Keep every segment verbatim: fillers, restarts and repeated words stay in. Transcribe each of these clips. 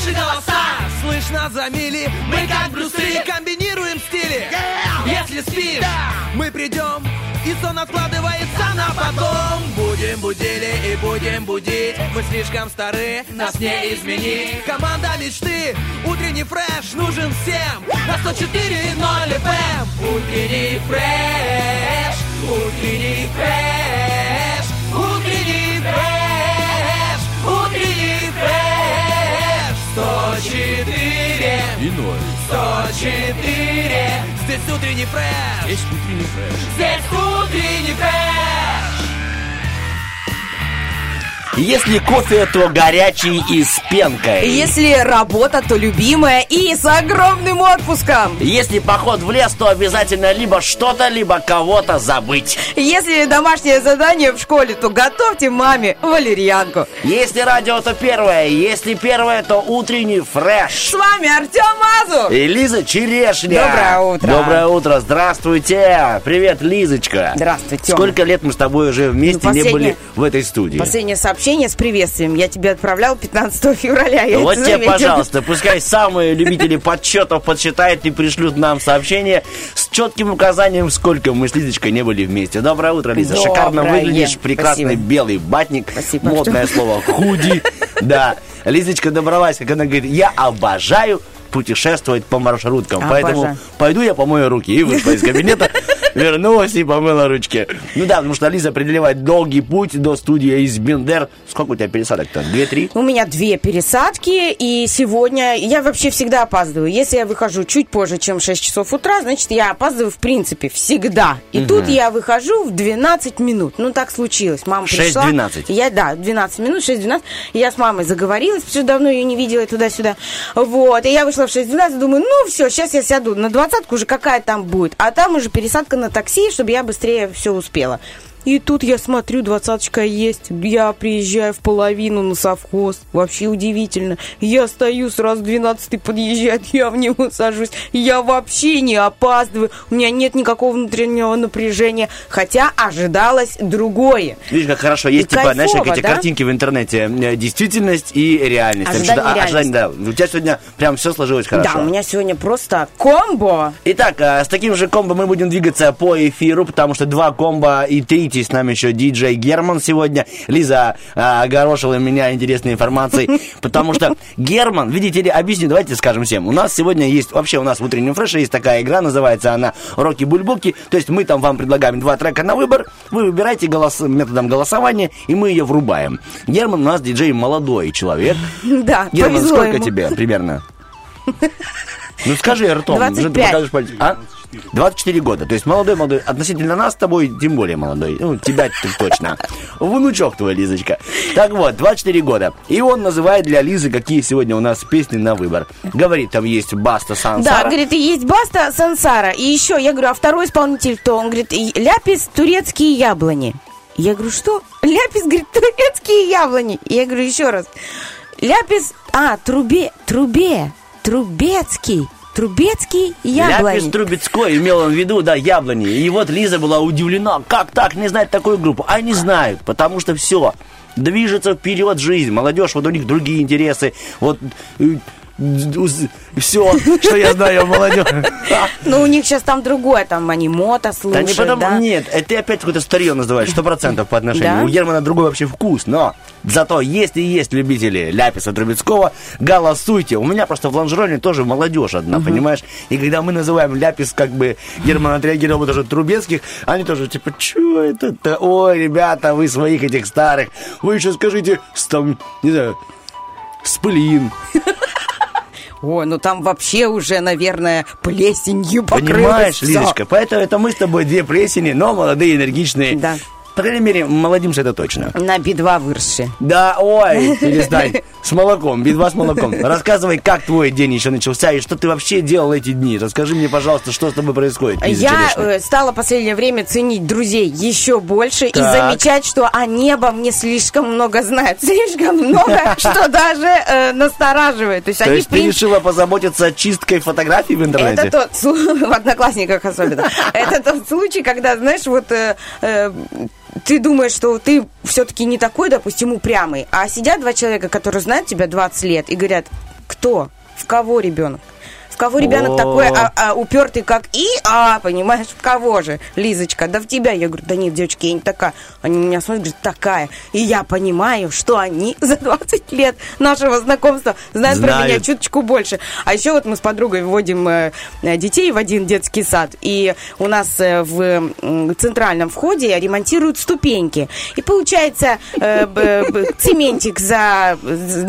наши голоса слышно за мили. Мы как Брюсы комбинируем стили. Если спишь, мы придем, и сон откладывается на потом. Будем будили и будем будить. Мы слишком стары, нас не изменить. Команда мечты, утренний фреш нужен всем. На сто четыре ноль эф эм. Утренний фреш, утренний фреш, утренний фреш, утренний фреш. Сто четыре и ноль. Сто четыре. Здесь утренний фреш. Здесь утренний фреш. Здесь утренний фреш. Если кофе, то горячий и с пенкой. Если работа, то любимая и с огромным отпуском. Если поход в лес, то обязательно либо что-то, либо кого-то забыть. Если домашнее задание в школе, то готовьте маме валерьянку. Если радио, то первое. Если первое, то утренний фреш. С вами Артем Мазур и Лиза Черешня. Доброе утро. Доброе утро, здравствуйте. Привет, Лизочка. Здравствуйте. Сколько лет мы с тобой уже вместе ну, не были в этой студии? Последнее сообщение с приветствием я тебе отправлял пятнадцатого февраля. Я вот тебе, заметила. Пожалуйста, пускай самые любители подсчетов подсчитают и пришлют нам сообщение с четким указанием, сколько мы с Лизочкой не были вместе. Доброе утро, Лиза. Доброе. Шикарно выглядишь. Прекрасный Спасибо. Белый батник. Спасибо. Модное слово худи. Да. Лизочка добралась, как она говорит, я обожаю путешествовать по маршруткам. Обожаю. Поэтому пойду я помою руки. И вышла из кабинета, вернулась и помыла ручки. Ну да, потому что Лиза преодолевает долгий путь до студии из Бендер. Сколько у тебя пересадок-то? Две-три? У меня две пересадки, и сегодня я вообще всегда опаздываю. Если я выхожу чуть позже, чем в шесть часов утра, значит, я опаздываю в принципе всегда. И угу. тут я выхожу в двенадцать минут. Ну, так случилось. Мама пришла. шесть двенадцать? Я, да, двенадцать минут, шесть двенадцать. Я с мамой заговорилась, потому что давно ее не видела туда-сюда. Вот, и я вышла в шесть двенадцать, думаю, ну, все, сейчас я сяду на двадцатку, уже какая там будет. А там уже пересадка на такси, чтобы я быстрее все успела. И тут я смотрю, двадцаточка есть. Я приезжаю в половину на совхоз. Вообще удивительно. Я стою, сразу двенадцатый подъезжает, я в него сажусь. Я вообще не опаздываю. У меня нет никакого внутреннего напряжения. Хотя ожидалось другое. Видишь, как хорошо. Есть, и типа, кайфово, знаешь, как эти да? картинки в интернете. Действительность и реальность. Ожидание, что, реальность. Ожидание, да. У тебя сегодня прям все сложилось хорошо. Да, у меня сегодня просто комбо. Итак, с таким же комбо мы будем двигаться по эфиру, потому что два комбо и третий с нами еще диджей Герман сегодня. Лиза а, огорошила меня интересной информацией, потому что Герман, видите ли, объясню, давайте скажем всем. У нас сегодня есть, вообще у нас в утреннем фреше есть такая игра, называется она «Роки-бульбуки». То есть мы там вам предлагаем два трека на выбор, вы выбираете голос, методом голосования, и мы ее врубаем. Герман у нас диджей молодой человек. Да, Герман, повезло сколько ему. тебе примерно? Ну скажи ртом. двадцать пять. А? двадцать четыре года. То есть молодой, молодой. Относительно нас с тобой, тем более молодой. Ну, тебя точно. Внучок твой, Лизочка. Так вот, двадцать четыре года. И он называет для Лизы, какие сегодня у нас песни на выбор. Говорит, там есть Баста, Сансара. Да, говорит, и есть Баста, Сансара. И еще, я говорю, а второй исполнитель кто? Он говорит, Ляпис, турецкие яблони. Я говорю, что? Ляпис, говорит, турецкие яблони. Я говорю, еще раз. Ляпис, а, трубе, трубе, трубецкий. Трубецкий яблони. Ляпис Трубецкой имел он в виду, да, яблони. И вот Лиза была удивлена, как так не знать такую группу. Они знают, потому что все, движется вперед жизнь. Молодежь, вот у них другие интересы. Вот все, что я знаю о молодежи. Ну, у них сейчас там другое, там они мото слушают, да? Не потому, да? Нет, это опять какое-то старье называешь, сто процентов по отношению. Да? У Германа другой вообще вкус, но зато если есть любители Ляписа Трубецкого, голосуйте. У меня просто в лонжероне тоже молодежь одна, uh-huh. понимаешь? И когда мы называем Ляпис, как бы Герман отреагировал даже Трубецких, они тоже типа, что это-то? Ой, ребята, вы своих этих старых, вы еще скажите, там, не знаю, Сплин. Ой, ну там вообще уже, наверное, плесенью покрылось. Понимаешь, всё. Лизочка, поэтому это мы с тобой две плесени, но молодые, энергичные. Да. По крайней мере, молодимся это точно. На би два выросшие. Да, ой, перестань. С молоком, би два с молоком. Рассказывай, как твой день еще начался и что ты вообще делал эти дни. Расскажи мне, пожалуйста, что с тобой происходит. Я э, стала в последнее время ценить друзей еще больше Так. и замечать, что они обо мне слишком много знают. Слишком много, что даже э, настораживает. То есть, То они, есть в ты принципе, решила позаботиться чисткой фотографий в интернете? это тот случай, в Одноклассниках особенно. Это тот случай, когда, знаешь, вот э, э, ты думаешь, что ты все-таки не такой, допустим, упрямый, а сидят два человека, которые знают тебя двадцать лет, и говорят: кто? В кого ребенок? В кого ребенок О. такой а, а, упертый, как и, а, понимаешь, в кого же, Лизочка? Да в тебя. Я говорю, да нет, девочки, я не такая. Они меня смотрят, говорят, такая. И я понимаю, что они за двадцать лет нашего знакомства знают, знают. про меня чуточку больше. А еще вот мы с подругой вводим э, детей в один детский сад, и у нас э, в э, центральном входе ремонтируют ступеньки. И получается, э, б, б, цементик за,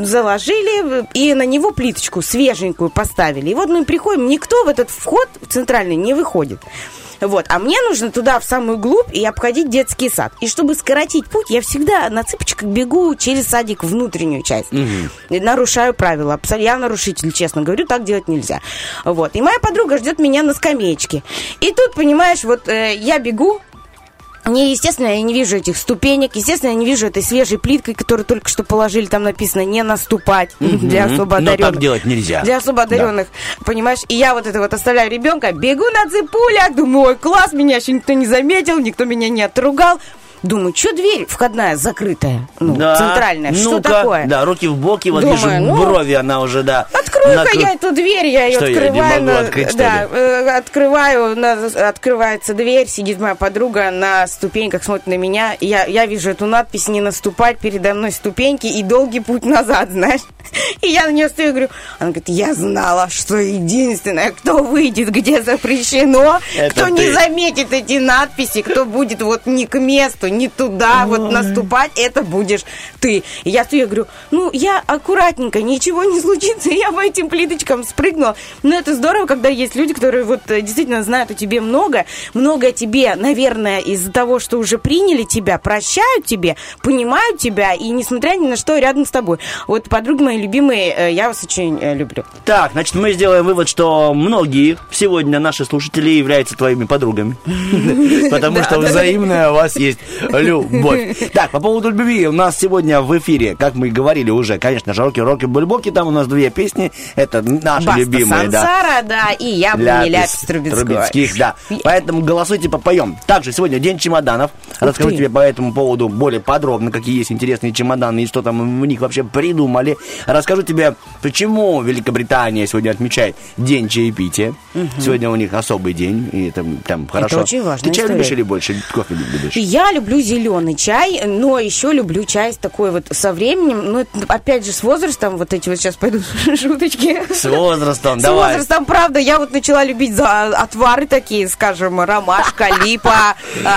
заложили, и на него плиточку свеженькую поставили. И вот мы приходим, никто в этот вход в центральный не выходит. Вот. А мне нужно туда, в самую глубь, и обходить детский сад. И чтобы скоротить путь, я всегда на цыпочках бегу через садик, внутреннюю часть. Угу. Нарушаю правила. Я нарушитель, честно говорю, так делать нельзя. Вот. И моя подруга ждет меня на скамеечке. И тут, понимаешь, вот э, я бегу, мне, естественно, я не вижу этих ступенек, естественно, я не вижу этой свежей плиткой, которую только что положили, там написано «не наступать» mm-hmm. для особо одаренных. Но так делать нельзя. Для особо одаренных, да. Понимаешь? И я вот это вот оставляю ребенка, бегу на цыпулях, думаю, ой, класс, меня еще никто не заметил, никто меня не отругал. Думаю, что дверь входная закрытая, ну, да, центральная, что ну-ка, такое? Да, руки в боки, вот Думаю, вижу, ну, брови она уже, да. Открою-ка накру... я эту дверь, я ее что, открываю. я не могу на... открыть, что да, ли? э, открываю, на... открывается дверь, сидит моя подруга на ступеньках, смотрит на меня. Я, я вижу эту надпись «Не наступать», передо мной ступеньки и долгий путь назад, знаешь. И я на нее стою и говорю, она говорит, я знала, что единственное, кто выйдет, где запрещено, это кто ты. Не заметит эти надписи, кто будет вот не к месту, не туда, вот наступать, это будешь ты. И я стою и говорю, ну, я аккуратненько, ничего не случится, я по этим плиточкам спрыгнула. Но это здорово, когда есть люди, которые вот действительно знают о тебе много, много тебе, наверное, из-за того, что уже приняли тебя, прощают тебе, понимают тебя, и несмотря ни на что рядом с тобой. Вот подруги мои любимые, я вас очень люблю. Так, значит, мы сделаем вывод, что многие сегодня наши слушатели являются твоими подругами. Потому что взаимная у вас есть любовь. Так, по поводу любви, у нас сегодня в эфире, как мы говорили уже, конечно же, роки-роки-бульбоки, там у нас две песни, это наши Баста любимые, да. Сансара, да, и Яблони Ляпис Трубецкой. Трубецких, да. Поэтому голосуйте, попоем. Также сегодня день чемоданов. Расскажу тебе по этому поводу более подробно, какие есть интересные чемоданы и что там в них вообще придумали. Расскажу тебе, почему Великобритания сегодня отмечает день чаепития. Угу. Сегодня у них особый день, и это там хорошо. Это очень важно. Ты чай любишь или больше кофе любишь? Я люблю зеленый чай, но еще люблю чай с такой вот со временем. Ну, это, опять же, с возрастом, вот эти вот сейчас пойдут шуточки. С возрастом, с давай. С возрастом, правда, я вот начала любить за отвары такие, скажем, ромашка, липа,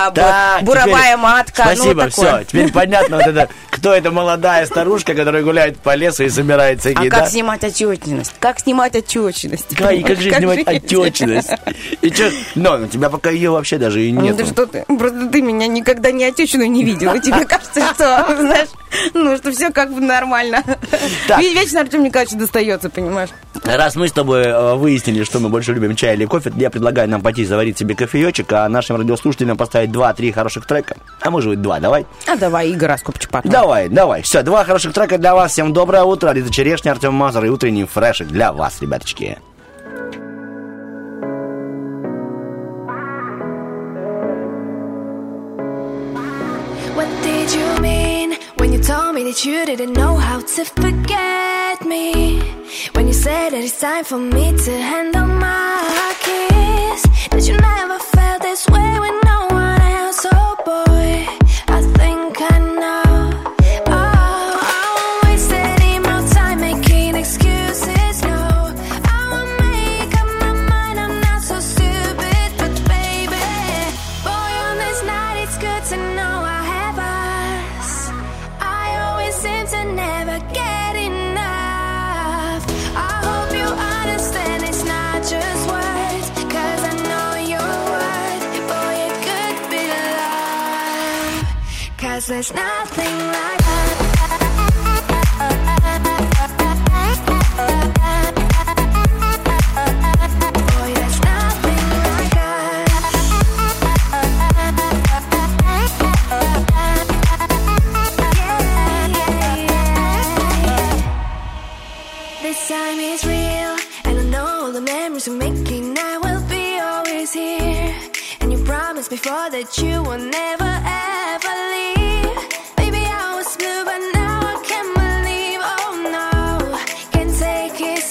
буровая матка. Спасибо, все, теперь понятно вот это, кто эта молодая старушка, которая гуляет по лесу и собирает всякие, А да? как снимать отечность? Как снимать отечность? Да, и как же снимать отечность? И что? Ну, у тебя пока ее вообще даже и нет. Ну, что ты? Просто ты меня никогда не отечную не видела. Тебе кажется, что, знаешь, ну, что все как бы нормально. Ведь вечно Артему Николаевичу достается, понимаешь? Раз мы с тобой э, выяснили, что мы больше любим чай или кофе, я предлагаю нам пойти заварить себе кофеечек, а нашим радиослушателям поставить два-три хороших трека. А может быть, два, давай? А давай, Игорь Раскопчик потом. Давай, давай. Все, два хороших трека для вас. Всем доброе утро. Лиза Черешня, Артем Мазур и утренний фрешик для вас, ребяточки. Told me that you didn't know how to forget me. When you said that it's time for me to handle my kiss. That you never felt this way with no one else. Oh boy, I think I know. Oh, I won't waste any more time making excuses. No, I won't make up my mind. I'm not so stupid, but baby, boy, on this night it's good to know I have us. Seem to never get enough. I hope you understand it's not just words, 'cause I know your worth. Boy, it could be love, 'cause there's nothing like that. Boy, there's nothing like us. This time is real, and I know all the memories we're making. I will be always here, and you promised before that you will never ever leave. Baby, I was blue, but now I can't believe. Oh no, can't take it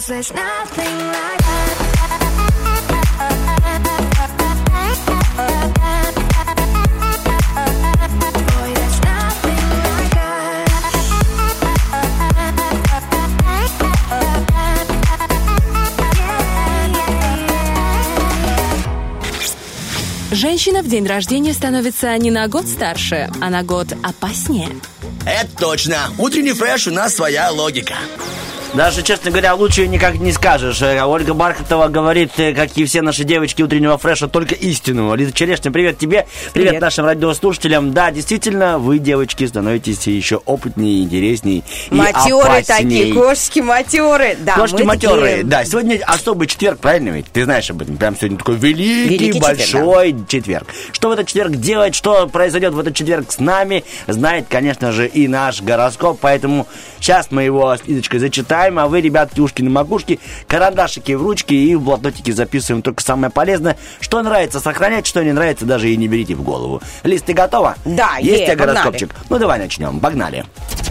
'cause there's nothing like that. Boy, there's nothing like that. Женщина в день рождения становится не на год старше, а на год опаснее. Это точно. Утренний фреш, у нас своя логика. Даже, честно говоря, лучше никак не скажешь. Ольга Бархатова говорит, как и все наши девочки утреннего фреша, только истину. Лиза Черешня, привет тебе. Привет, привет нашим радиослушателям. Да, действительно, вы, девочки, становитесь еще опытнее, интереснее и матеры опаснее. такие, кошки матеры. Да, кошки матеры, такие... да. Сегодня особый четверг, правильно ведь? Ты знаешь об этом. Прям сегодня такой великий, великий большой четверг, да. четверг. Что в этот четверг делать, что произойдет в этот четверг с нами, знает, конечно же, и наш гороскоп. Поэтому сейчас мы его с Лизочкой зачитаем. А вы, ребятки, ушки на макушке, карандашики в ручки и в блокнотике записываем только самое полезное. Что нравится, сохранять, что не нравится, даже и не берите в голову. Лиз, ты готова? Да, есть. Есть е, гороскопчик? Погнали. Ну, давай начнем. Погнали.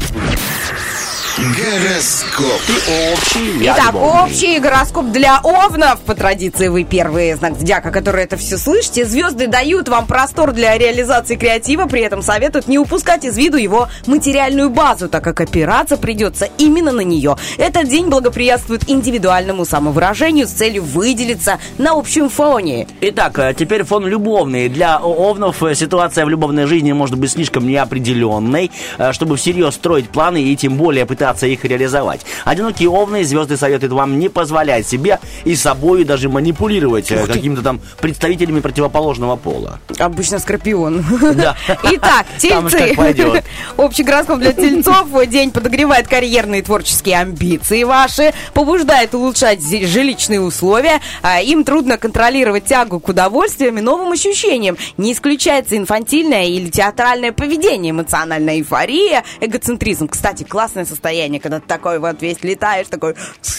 Гороскоп. И общий, я Итак, любовный. общий гороскоп для овнов. По традиции вы первый знак зодиака, который это все слышите. Звезды дают вам простор для реализации креатива, при этом советуют не упускать из виду его материальную базу, так как опираться придется именно на нее. Этот день благоприятствует индивидуальному самовыражению с целью выделиться на общем фоне. Итак, теперь фон любовный. Для овнов ситуация в любовной жизни может быть слишком неопределенной, чтобы всерьез строить планы и тем более пытаться их реализовать. Одинокие овны, звезды советуют вам не позволять себе и собой даже манипулировать какими-то там представителями противоположного пола. Обычно скорпион. Да. Итак, тельцы. Общий гороскоп для тельцов. День подогревает карьерные и творческие амбиции ваши, побуждает улучшать жилищные условия. Им трудно контролировать тягу к удовольствиям и новым ощущениям. Не исключается инфантильное или театральное поведение, эмоциональная эйфория, эгоцентризм. Кстати, классное состояние, когда ты такой вот весь летаешь, такой...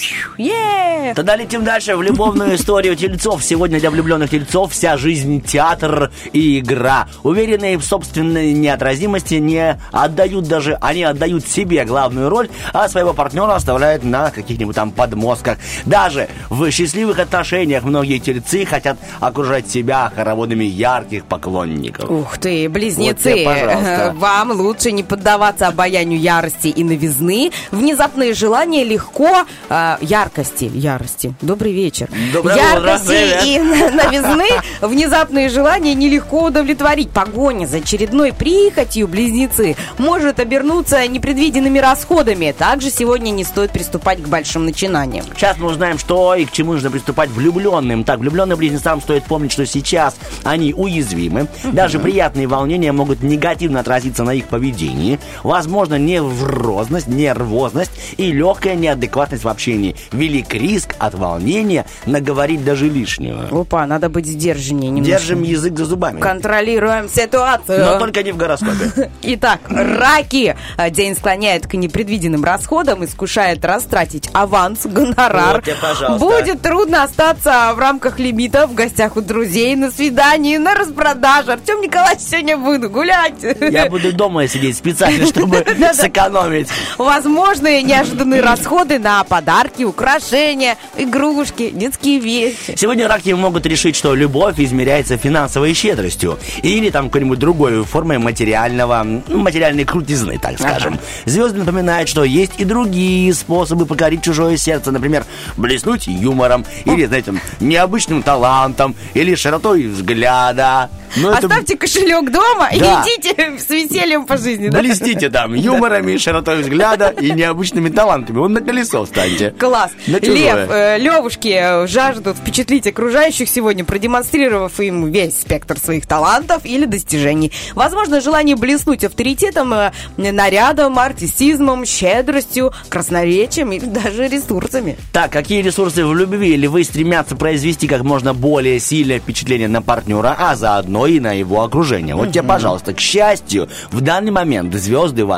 Yeah! Тогда летим дальше в любовную историю тельцов. Сегодня для влюбленных тельцов вся жизнь театр и игра. Уверенные в собственной неотразимости не отдают даже... Они отдают себе главную роль, а своего партнера оставляют на каких-нибудь там подмостках. Даже в счастливых отношениях многие тельцы хотят окружать себя хороводами ярких поклонников. Ух ты, близнецы, вот вам лучше не поддаваться обаянию ярости и новизны. Внезапные желания легко... Э, яркости, ярости. Добрый вечер. Доброе яркости утро, и новизны внезапные желания нелегко удовлетворить. Погоня за очередной прихотью, близнецы, может обернуться непредвиденными расходами. Также сегодня не стоит приступать к большим начинаниям. Сейчас мы узнаем, что и к чему нужно приступать влюбленным. Так, влюбленным близнецам стоит помнить, что сейчас они уязвимы. Uh-huh. Даже приятные волнения могут негативно отразиться на их поведении. Возможно, нервозность, нервозность и легкая неадекватность в общении. Велик риск от волнения наговорить даже лишнего. Опа, надо быть сдержаннее немножко. Держим язык за зубами. Контролируем ситуацию. Но только не в гороскопе. Итак, раки. День склоняет к непредвиденным расходам, искушает растратить аванс, гонорар. Вот тебе, пожалуйста. Будет трудно остаться в рамках лимита, в гостях у друзей, на свидании, на распродаже. Артем Николаевич, сегодня буду гулять. Я буду дома сидеть специально, чтобы сэкономить. Возможные неожиданные расходы на подарки, украшения, игрушки, детские вещи. Сегодня раки могут решить, что любовь измеряется финансовой щедростью или там какой-нибудь другой формой материального, ну, материальной крутизны, так скажем. Ага. Звезды напоминают, что есть и другие способы покорить чужое сердце. Например, блеснуть юмором, или, знаете, необычным талантом, или широтой взгляда. Но Оставьте это... кошелек дома, да, и идите с весельем по жизни. Да? Блестите там юморами, широтой взгляда и необычными талантами. Вон на колесо встаньте. Класс. Лев, э, Левушки жаждут впечатлить окружающих сегодня, продемонстрировав им весь спектр своих талантов или достижений. Возможно, желание блеснуть авторитетом, э, нарядом, артистизмом, щедростью, красноречием или даже ресурсами. Так, какие ресурсы в любви или вы стремятся произвести как можно более сильное впечатление на партнера, а заодно и на его окружение? Вот, угу, тебе, пожалуйста, к счастью, в данный момент звезды вас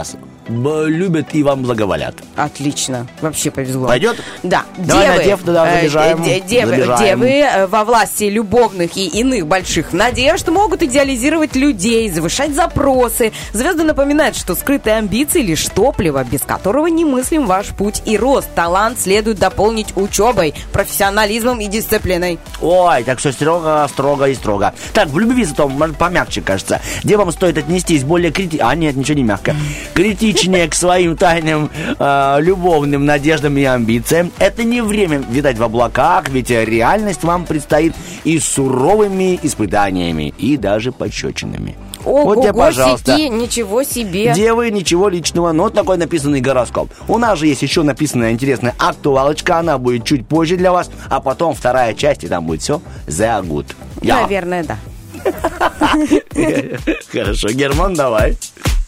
б- любят и вам благоволят. Отлично. Вообще повезло. Пойдет? Да. Давай девы, на дев туда э, забежаем. де- девы, Забежаем. девы э, во власти любовных и иных больших надежд могут идеализировать людей, завышать запросы. Звезды напоминают, что скрытые амбиции лишь топливо, без которого немыслим ваш путь и рост. Талант следует дополнить учебой, профессионализмом и дисциплиной. Ой, так все строго, строго и строго. Так, в любви зато может, помягче, кажется. Где вам стоит отнестись более критично... А, нет, ничего не мягко. Критичнее к своим тайным э, любовным надеждам и амбициям. Это не время витать в облаках, ведь реальность вам предстоит и с суровыми испытаниями, и даже пощечинами. Вот тебе, пожалуйста. Сики, ничего себе. Девы, ничего личного, но вот такой написанный гороскоп. У нас же есть еще написанная интересная актуалочка, она будет чуть позже для вас, а потом вторая часть, и там будет все за good. Я. Наверное, да. Хорошо, Герман, давай.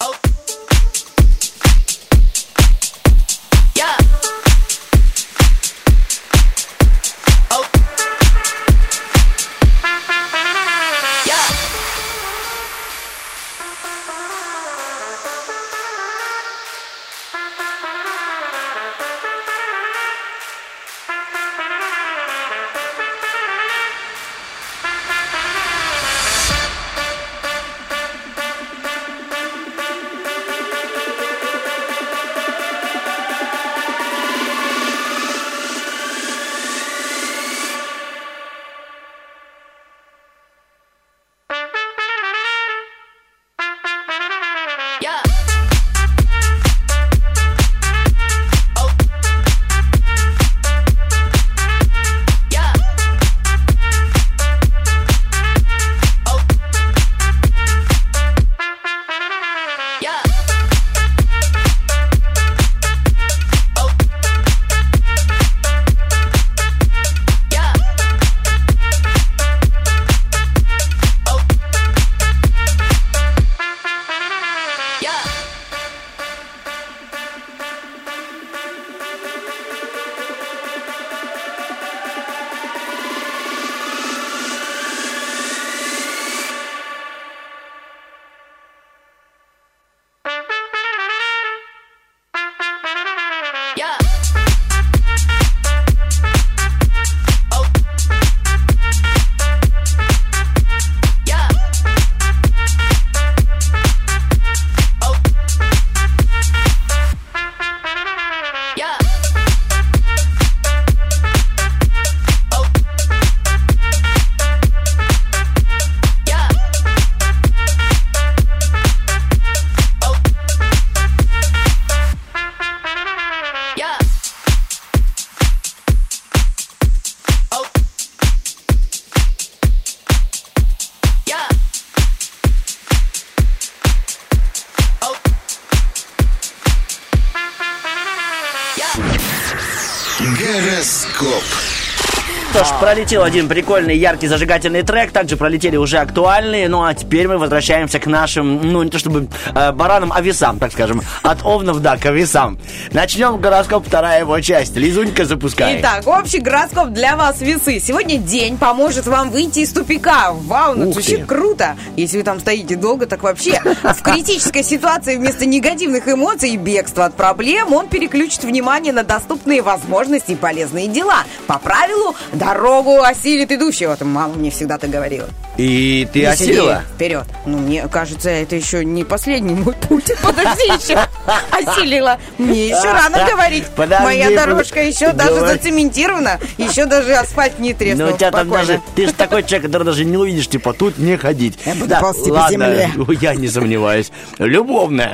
Гороскоп. Что ж, пролетел один прикольный, яркий, зажигательный трек. Также пролетели уже актуальные. Ну, а теперь мы возвращаемся к нашим, ну, не то чтобы э, баранам, а весам, так скажем. От овнов, да, к весам. Начнем гороскоп, вторая его часть. Лизунька, запускай. Итак, общий гороскоп для вас, весы. Сегодня день поможет вам выйти из тупика. Вау, ну звучит круто. Если вы там стоите долго, так вообще. В критической ситуации вместо негативных эмоций и бегства от проблем он переключит внимание на доступные возможности и полезные дела. По правилу, дорогу осилит идущий. Вот мама мне всегда так говорила. И ты Веселее, осилила? Вперед. Ну, мне кажется, это еще не последний мой путь. Подожди еще. Осилила. Мне еще рано говорить. Подожди, Моя дорожка еще даже давай. зацементирована. Еще даже асфальт не треснул. Ну, у тебя там Спокойно. даже... Ты же такой человек, который даже не увидишь, типа, тут не ходить. Я буду ползти по земле. Я не сомневаюсь. Любовная.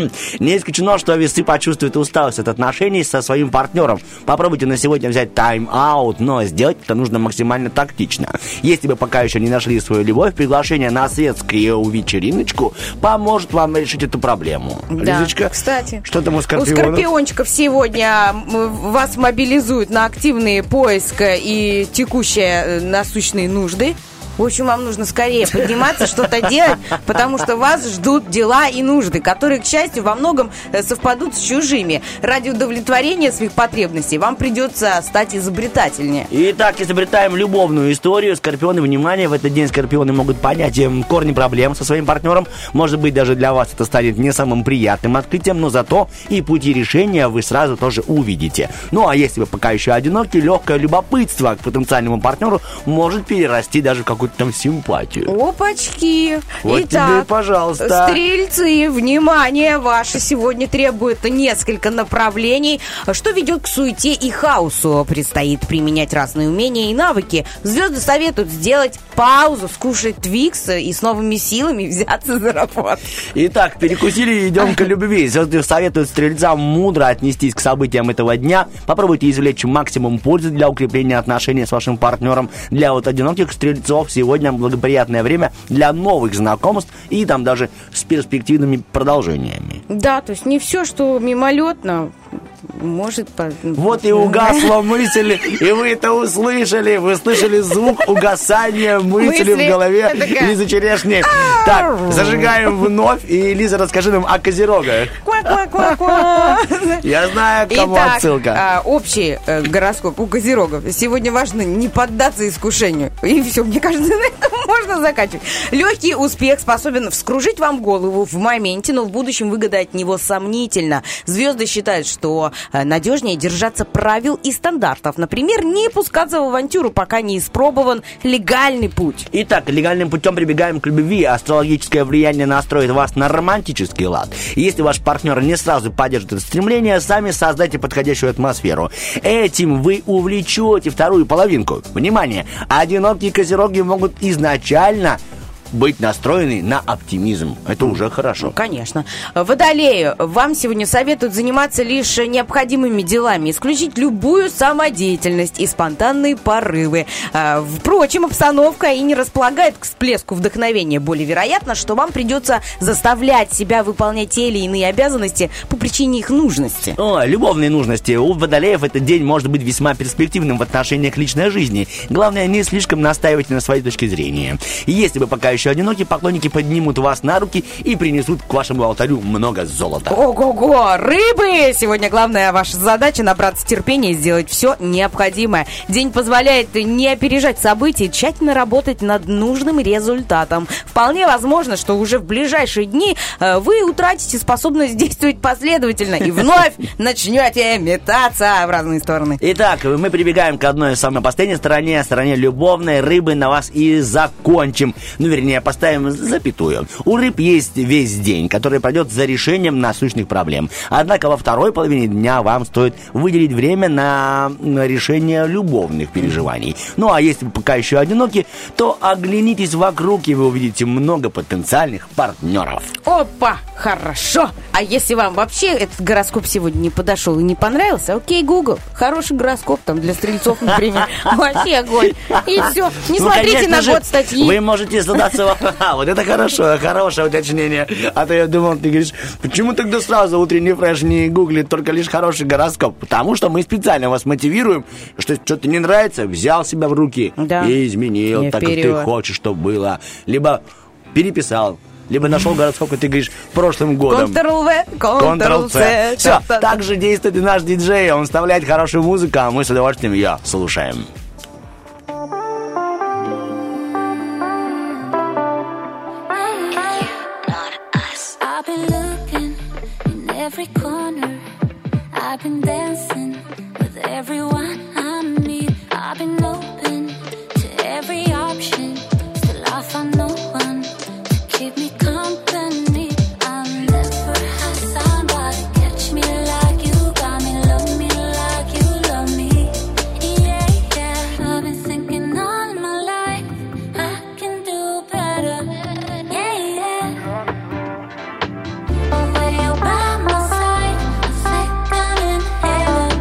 Не исключено, что весы почувствуют усталость от отношений со своим партнером. Попробуйте на сегодня взять тайм-аут, но сделать это нужно максимально тактично. Если вы пока еще не нашли свою любовь, приглашение на светскую вечериночку поможет вам решить эту проблему. Да, Лизочка, кстати. что там у У скорпионов? скорпиончиков сегодня м, вас мобилизуют на активные поиск и текущие э, насущные нужды. В общем, вам нужно скорее подниматься, что-то делать, потому что вас ждут дела и нужды, которые, к счастью, во многом совпадут с чужими. Ради удовлетворения своих потребностей вам придется стать изобретательнее. Итак, изобретаем любовную историю. Скорпионы, внимание, в этот день скорпионы могут понять корни проблем со своим партнером. Может быть, даже для вас это станет не самым приятным открытием, но зато и пути решения вы сразу тоже увидите. Ну, а если вы пока еще одиноки, легкое любопытство к потенциальному партнеру может перерасти даже в какую-то там симпатию. Опачки! Вот Итак, тебе, пожалуйста. Стрельцы, внимание, ваше сегодня требует несколько направлений, что ведет к суете и хаосу. Предстоит применять разные умения и навыки. Звезды советуют сделать паузу, скушать твикс и с новыми силами взяться за работу. Итак, перекусили и идем к любви. Звезды советуют стрельцам мудро отнестись к событиям этого дня. Попробуйте извлечь максимум пользы для укрепления отношений с вашим партнером. Для вот одиноких стрельцов сегодня благоприятное время для новых знакомств и там даже с перспективными продолжениями. Да, то есть не все, что мимолетно, может... Вот и угасла мысль, и вы это услышали. Вы слышали звук угасания мысли в голове Лизы Черешни. Так, зажигаем вновь, и Лиза, расскажи нам о козерогах. Я знаю, к кому Итак, отсылка. А, общий э, гороскоп у козерогов. Сегодня важно не поддаться искушению. И все, мне кажется, на этом можно заканчивать. Легкий успех способен вскружить вам голову в моменте, но в будущем выгода от него сомнительна. Звезды считают, что э, надежнее держаться правил и стандартов. Например, не пускаться в авантюру, пока не испробован легальный путь. Итак, легальным путем прибегаем к любви. Астрологическое влияние настроит вас на романтический лад. Если ваш партнер не сразу поддержит это стремление, сами создайте подходящую атмосферу. Этим вы увлечете вторую половинку. Внимание! Одинокие козероги могут изначально быть настроены на оптимизм. Это уже хорошо. Конечно. Водолею, вам сегодня советуют заниматься лишь необходимыми делами, исключить любую самодеятельность и спонтанные порывы. Впрочем, обстановка и не располагает к всплеску вдохновения. Более вероятно, что вам придется заставлять себя выполнять те или иные обязанности по причине их нужности. О, любовные нужности. У водолеев этот день может быть весьма перспективным в отношении к личной жизни. Главное, не слишком настаивайте на своей точке зрения. Если вы пока еще одинокие, поклонники поднимут вас на руки и принесут к вашему алтарю много золота. Ого-го! Рыбы! Сегодня главная ваша задача — набраться терпения и сделать все необходимое. День позволяет не опережать события и тщательно работать над нужным результатом. Вполне возможно, что уже в ближайшие дни э, вы утратите способность действовать последовательно и вновь начнете метаться в разные стороны. Итак, мы прибегаем к одной самой последней стороне, стороне любовной. Рыбы, на вас и закончим. Ну, вернее, поставим запятую. У рыб есть весь день, который пройдет за решением насущных проблем. Однако во второй половине дня вам стоит выделить время на решение любовных переживаний. Ну, а если вы пока еще одиноки, то оглянитесь вокруг, и вы увидите много потенциальных партнеров. Опа! Хорошо! А если вам вообще этот гороскоп сегодня не подошел и не понравился, окей, Google, хороший гороскоп там для стрельцов, например. Вообще огонь. И все. Не Ну, смотрите конечно на же, год статьи. Вы можете задаться... А, вот это хорошо, хорошее уточнение. А то я думал, ты говоришь, почему тогда сразу утренний фреш не гуглит только лишь хороший гороскоп? Потому что мы специально вас мотивируем, что что-то не нравится, взял себя в руки Да. и изменил И так, как ты вперед. хочешь, чтобы было. Либо переписал, либо нашел гороскоп, и ты говоришь, прошлым годом. Ctrl-V, Ctrl-C. Все, так же действует и наш диджей. Он вставляет хорошую музыку, а мы с удовольствием ее слушаем. I've been looking in every corner. I've been dancing with everyone I meet. I've been open to every option. Still I found no one to keep me company. I'll never have somebody catch me like you got me, love me like you love me. Yeah, yeah. I've been thinking all my life I can do better. Yeah, yeah. When you're by my side, I think I'm in heaven.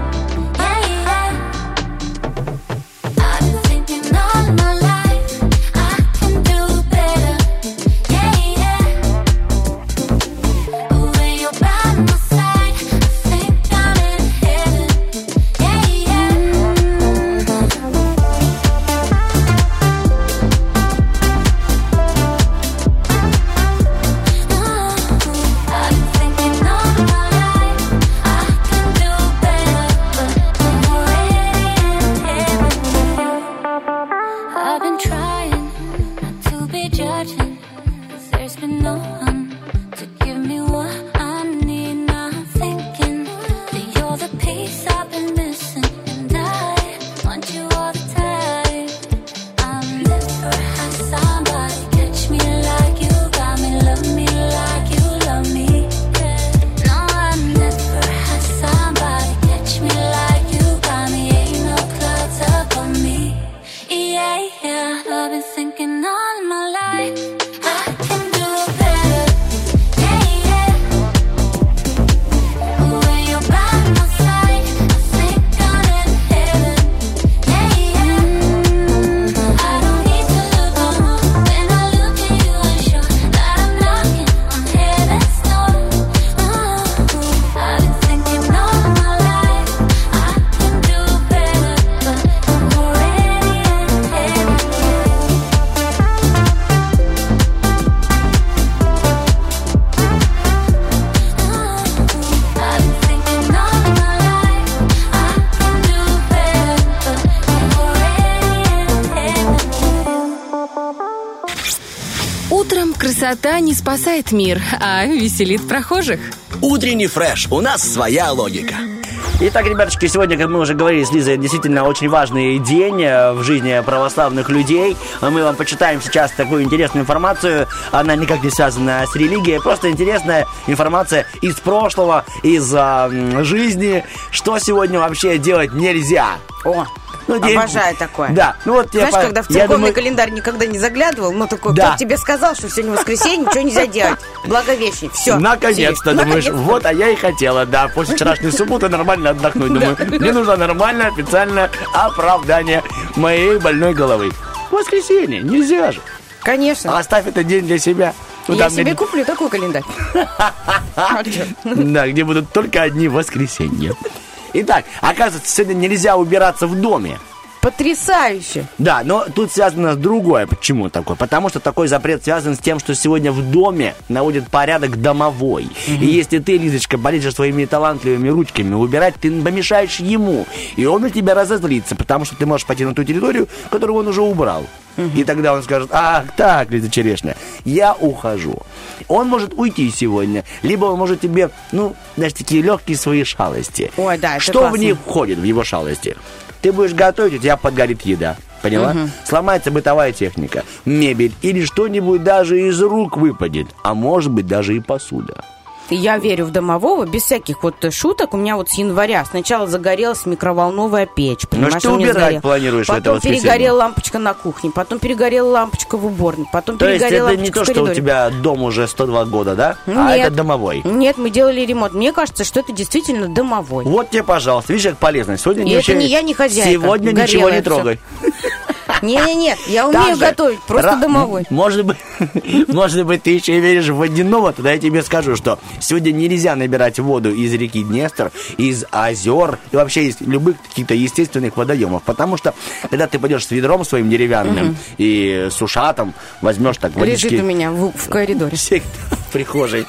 Красота не спасает мир, а веселит прохожих. Утренний фреш. У нас своя логика. Итак, ребяточки, сегодня, как мы уже говорили с Лизой, действительно очень важный день в жизни православных людей. Мы вам почитаем сейчас такую интересную информацию. Она никак не связана с религией, просто интересная информация из прошлого, из а, жизни, что сегодня вообще делать нельзя. О, ну, обожаю день... такое. Да. Ну, вот Знаешь, я, когда в я церковный думаю... календарь никогда не заглядывал, ну такой, да. кто тебе сказал, что сегодня воскресенье, ничего нельзя делать. Благовещение. Все. Наконец-то, думаешь, Наконец-то. вот, а я и хотела, да, после вчерашней субботы нормально отдохнуть. Думаю, мне нужно нормальное официальное оправдание моей больной головы. Воскресенье, нельзя же. Конечно. Оставь этот день для себя. Ну, Я там себе где- куплю такой календарь. Да, где будут только одни воскресенья. Итак, оказывается, сегодня нельзя убираться в доме. Потрясающе. Да, но тут связано с другое. Почему такое? Потому что такой запрет связан с тем, что сегодня в доме наводит порядок домовой. Mm-hmm. И если ты, Лизочка, полезешь своими талантливыми ручками убирать, ты помешаешь ему. И он на тебя разозлится, потому что ты можешь пойти на ту территорию, которую он уже убрал. Mm-hmm. И тогда он скажет: ах, так, Лиза Черешня, я ухожу. Он может уйти сегодня, либо он может тебе, ну, знаешь, такие легкие свои шалости. Ой, да, это Что классно. в них входит, в его шалости? Ты будешь готовить, у тебя подгорит еда. Поняла? Угу. Сломается бытовая техника, мебель или что-нибудь даже из рук выпадет. А может быть даже и посуда. Я верю в домового, без всяких вот шуток. У меня вот с января сначала загорелась микроволновая печь. Понимаешь, что у меня убирать сгорела. планируешь в это Потом воскресенье? перегорела лампочка на кухне, потом перегорела лампочка в уборной, потом То есть перегорела это не лампочка то, в что у коридоре. тебя дом уже сто два года, да? А Нет. это домовой. Нет, мы делали ремонт. Мне кажется, что это действительно домовой. Вот тебе, пожалуйста, видишь, как полезно. Сегодня И ничего- это не я, не хозяйка. Сегодня Горелое ничего не всё. трогай. Не-не-не, я умею Также готовить, просто ра- домовой. Может быть, может быть, ты еще и веришь в водяного, тогда я тебе скажу, что сегодня нельзя набирать воду из реки Днестр, из озер и вообще из любых каких-то естественных водоемов, потому что когда ты пойдешь с ведром своим деревянным и с ушатом, возьмешь так водички... Лежит у меня в, в коридоре. в прихожей.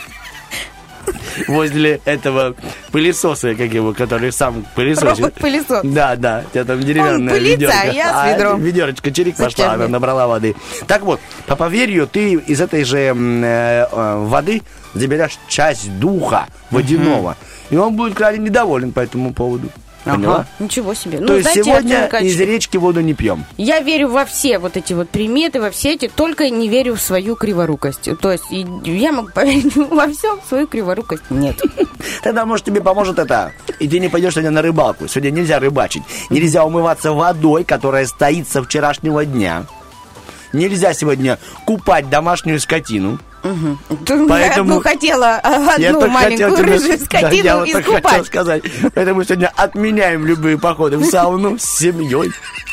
Возле этого пылесоса, как его, который сам пылесосит. Робот-пылесос. Да, да, у тебя там деревянная Он пылится, ведерко. а я с ведром. Ведерочка, чирик пошла, Зачем она мне? набрала воды. Так вот, по поверью, ты из этой же м, э, э, воды заберешь часть духа водяного. И он будет крайне недоволен по этому поводу. Поняла? Ага, ничего себе. То Ну, есть знаете, сегодня Артём из Николаевич, речки воду не пьем. я верю во все вот эти вот приметы, во все эти, только не верю в свою криворукость. То есть и я могу поверить во всем, в свою криворукость нет. Тогда, может, тебе поможет это. И ты не пойдешь сегодня на рыбалку. Сегодня нельзя рыбачить. Нельзя умываться водой, которая стоит со вчерашнего дня. Нельзя сегодня купать домашнюю скотину. Ты Поэтому- одну хотела, а, Я одну только маленькую хотел тебе- рыжую Да, я скотину вот так хотел искупать. сказать. Поэтому сегодня отменяем любые походы в сауну с семьей.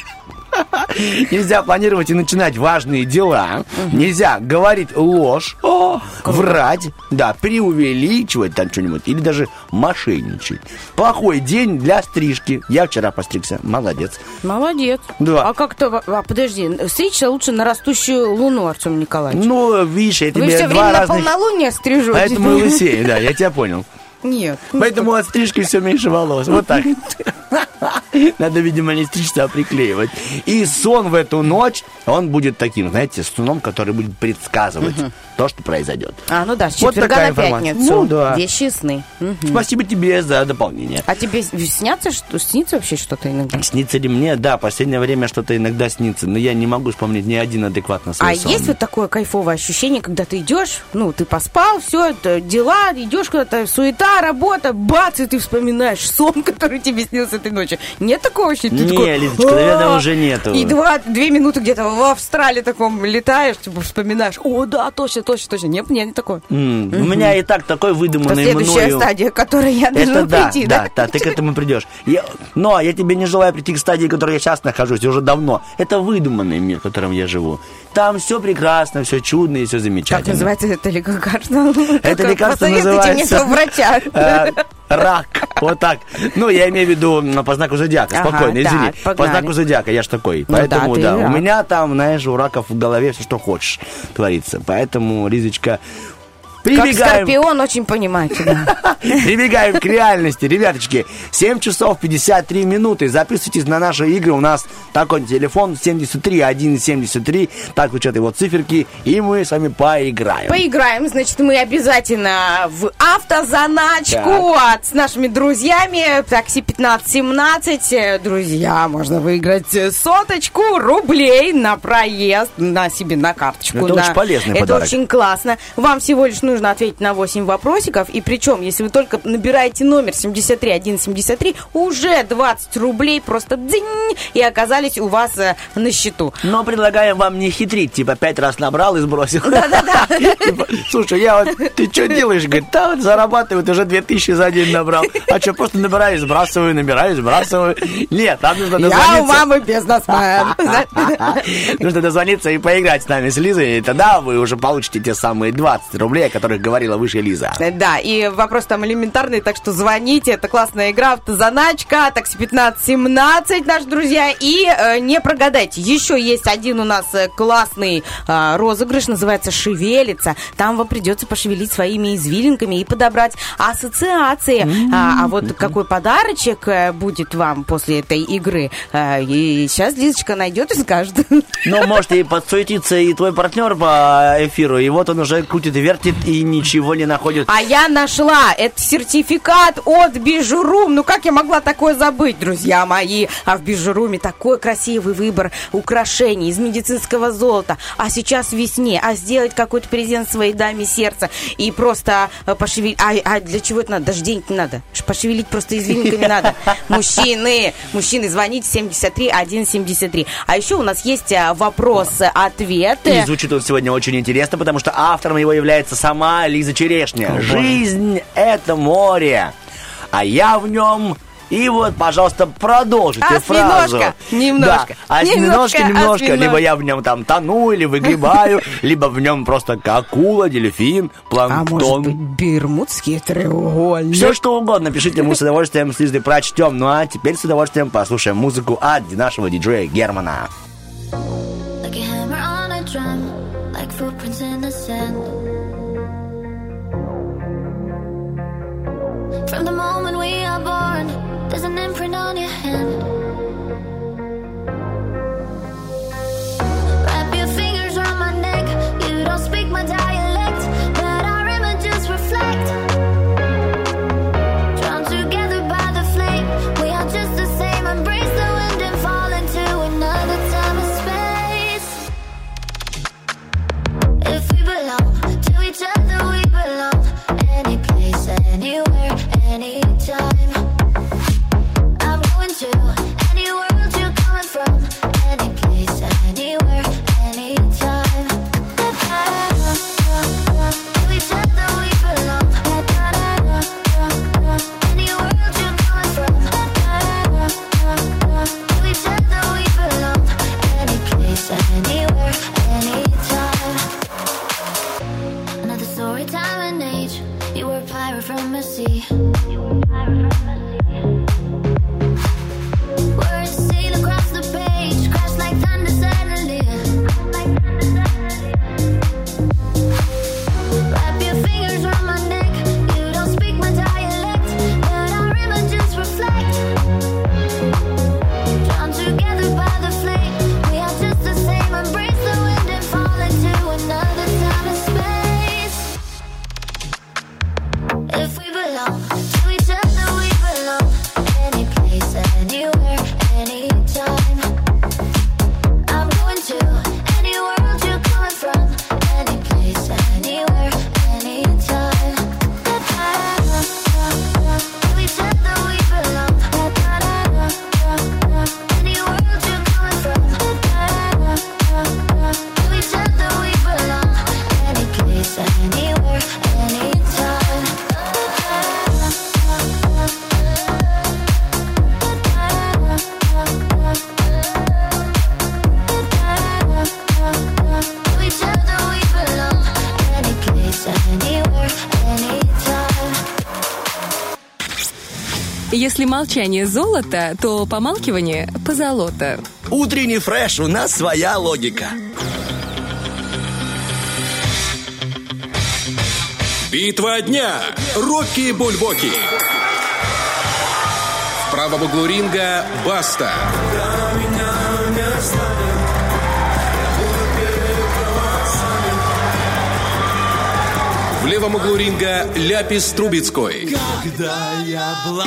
Нельзя планировать и начинать важные дела. Нельзя говорить ложь, врать, да, преувеличивать там что-нибудь. Или даже мошенничать. Плохой день для стрижки. Я вчера постригся. Молодец. Молодец. Да. А как-то, а, подожди, стричься лучше на растущую луну, Артем Николаевич. Ну, видишь, я Вы тебе все два время на разных... полнолуние стрижете. Поэтому и лысею, да, я тебя понял. Нет. Поэтому от стрижки все меньше волос. Вот так. Надо, видимо, не стричься, а приклеивать. И сон в эту ночь, он будет таким, знаете, сном, который будет предсказывать то, что произойдет. А, ну да, с Вот четверга такая на информация. пятницу. Ну да. Вещи сны. Мгм. Спасибо тебе за дополнение. А тебе снятся, что, снится вообще что-то иногда? Снится ли мне? Да, последнее время что-то иногда снится, но я не могу вспомнить ни один адекватно свой А сон. есть вот такое кайфовое ощущение, когда ты идешь, ну, ты поспал, все, это дела, идешь куда-то, суета, работа, бац, и ты вспоминаешь сон, который тебе снился этой ночью. Нет такого ощущения? Ты Не, такой, Лизочка, наверное, «А-а-а». уже нету. И два, две минуты где-то в Австралии таком летаешь, типа, вспоминаешь, о, да, точно, точно, точно. Нет, нет, не такое. М, У меня и так такой Это выдуманный следующая мною... стадия, к которой я должна Это да, прийти, да, да? да, ты к этому придешь. Я- но я тебе не желаю прийти к стадии, в которой я сейчас нахожусь, уже давно. Это выдуманный мир, в котором я живу. Там все прекрасно, все чудно и все Как замечательно. называется это лекарство? Это Только лекарство посоветуйте называется... мне своего врача. э, Рак, вот так. Ну, я имею в виду м, по знаку зодиака, Ага, спокойно, извини. так, По погнали. знаку зодиака, я ж такой. Ну Поэтому, да, ты да, у рак. меня там, знаешь, у раков в голове все, что хочешь, творится. Поэтому, Лизочка, Прибегаем. Как Скорпион очень понимает тебя. Прибегаем к реальности, ребяточки. семь часов пятьдесят три минуты. Записывайтесь на наши игры. У нас такой телефон семьдесят три один семьдесят три. Так звучат его циферки. И мы с вами поиграем. Поиграем, значит, мы обязательно в автозаначку от, с нашими друзьями. Такси пятнадцать семнадцать. Друзья, можно выиграть соточку рублей на проезд на себе, на карточку. Это на... очень полезный Это подарок. очень классно. Вам всего лишь нужно ответить на восемь вопросиков. И причем, если вы только набираете номер семьдесят три один семьдесят три, уже двадцать рублей просто дзинь, и оказались у вас э, на счету. Но предлагаем вам не хитрить. Типа пять раз набрал и сбросил. Да-да-да. Типа, слушай, я вот, ты что делаешь? Говорит, да, вот зарабатывают, уже две тысячи за день набрал. А что, просто набираю, сбрасываю, набираю, сбрасываю. Нет, там нужно дозвониться. Я у мамы бизнесмен. Нужно дозвониться и поиграть с нами, с Лизой. И тогда вы уже получите те самые двадцать рублей, о которых говорила выше Лиза. Да, и вопрос там элементарный, так что звоните. Это классная игра, автозаначка, такси пятнадцать семнадцать, наши друзья. И э, не прогадайте. Еще есть один у нас э, классный э, розыгрыш, называется «Шевелится». Там вам придется пошевелить своими извилинками и подобрать ассоциации. Mm-hmm. А, а вот какой подарочек э, будет вам после этой игры, э, и сейчас Лизочка найдет и скажет. Ну, может и подсуетиться и твой партнер по эфиру, и вот он уже крутит и вертит, и ничего не находит. А я нашла. Это сертификат от Бижурум. Ну, как я могла такое забыть, друзья мои? А в Бижуруме такой красивый выбор украшений из медицинского золота. А сейчас в весне. А сделать какой-то презент своей даме сердца и просто пошевелить. А, а для чего это надо? Даже денег не надо. Пошевелить просто извилинками надо. Мужчины, мужчины, звоните семьдесят три один семьдесят три. А еще у нас есть вопрос-ответ. И звучит он сегодня очень интересно, потому что автором его является сама Лиза Черешня. Жизнь — это море, а я в нем... И вот, пожалуйста, продолжите фразу. Немножко, да. А немножко, немножко. Либо я в нем там тону, или выгребаю, либо в нем просто акула, дельфин, планктон. А может быть, Бермудский треугольник. Все что угодно пишите, мы с удовольствием с Лизой прочтем. Ну а теперь с удовольствием послушаем музыку от нашего диджея Германа. From the moment we are born, there's an imprint on your hand. Wrap your fingers around my neck. You don't speak my dialect, but our images reflect. Drawn together by the flame, we are just the same. Embrace the wind and fall into another time and space. If we belong to each other, we belong. Any place, anywhere, anytime. I'm going to any world you're coming from. Any place, anywhere, anytime. To each other we belong. Any world you're coming from. To each other we belong. Any place, anywhere, anytime. Another story, time and age. You were a pirate from the sea. Words sail across the page, crash like thunder suddenly. Wrap your fingers around my neck. You don't speak my dialect, but our images reflect. Drawn together by the flame, we are just the same. Embrace the wind and fall into another time and space. If we belong to each other, we belong. Any place, anywhere, anytime. I'm going to any world you're coming from. Any place, anywhere, anytime. To each other we belong. Any world you're coming from. To each other we belong. Any place, anywhere, anytime. To each other we belong. Any place, anywhere, anytime. Если молчание золото, то помалкивание позолота. Утренний фреш, у нас своя логика. Битва дня. Рокки Бульбоки. В правом углу ринга Баста. В левом углу ринга Ляпис Трубецкой. Когда я была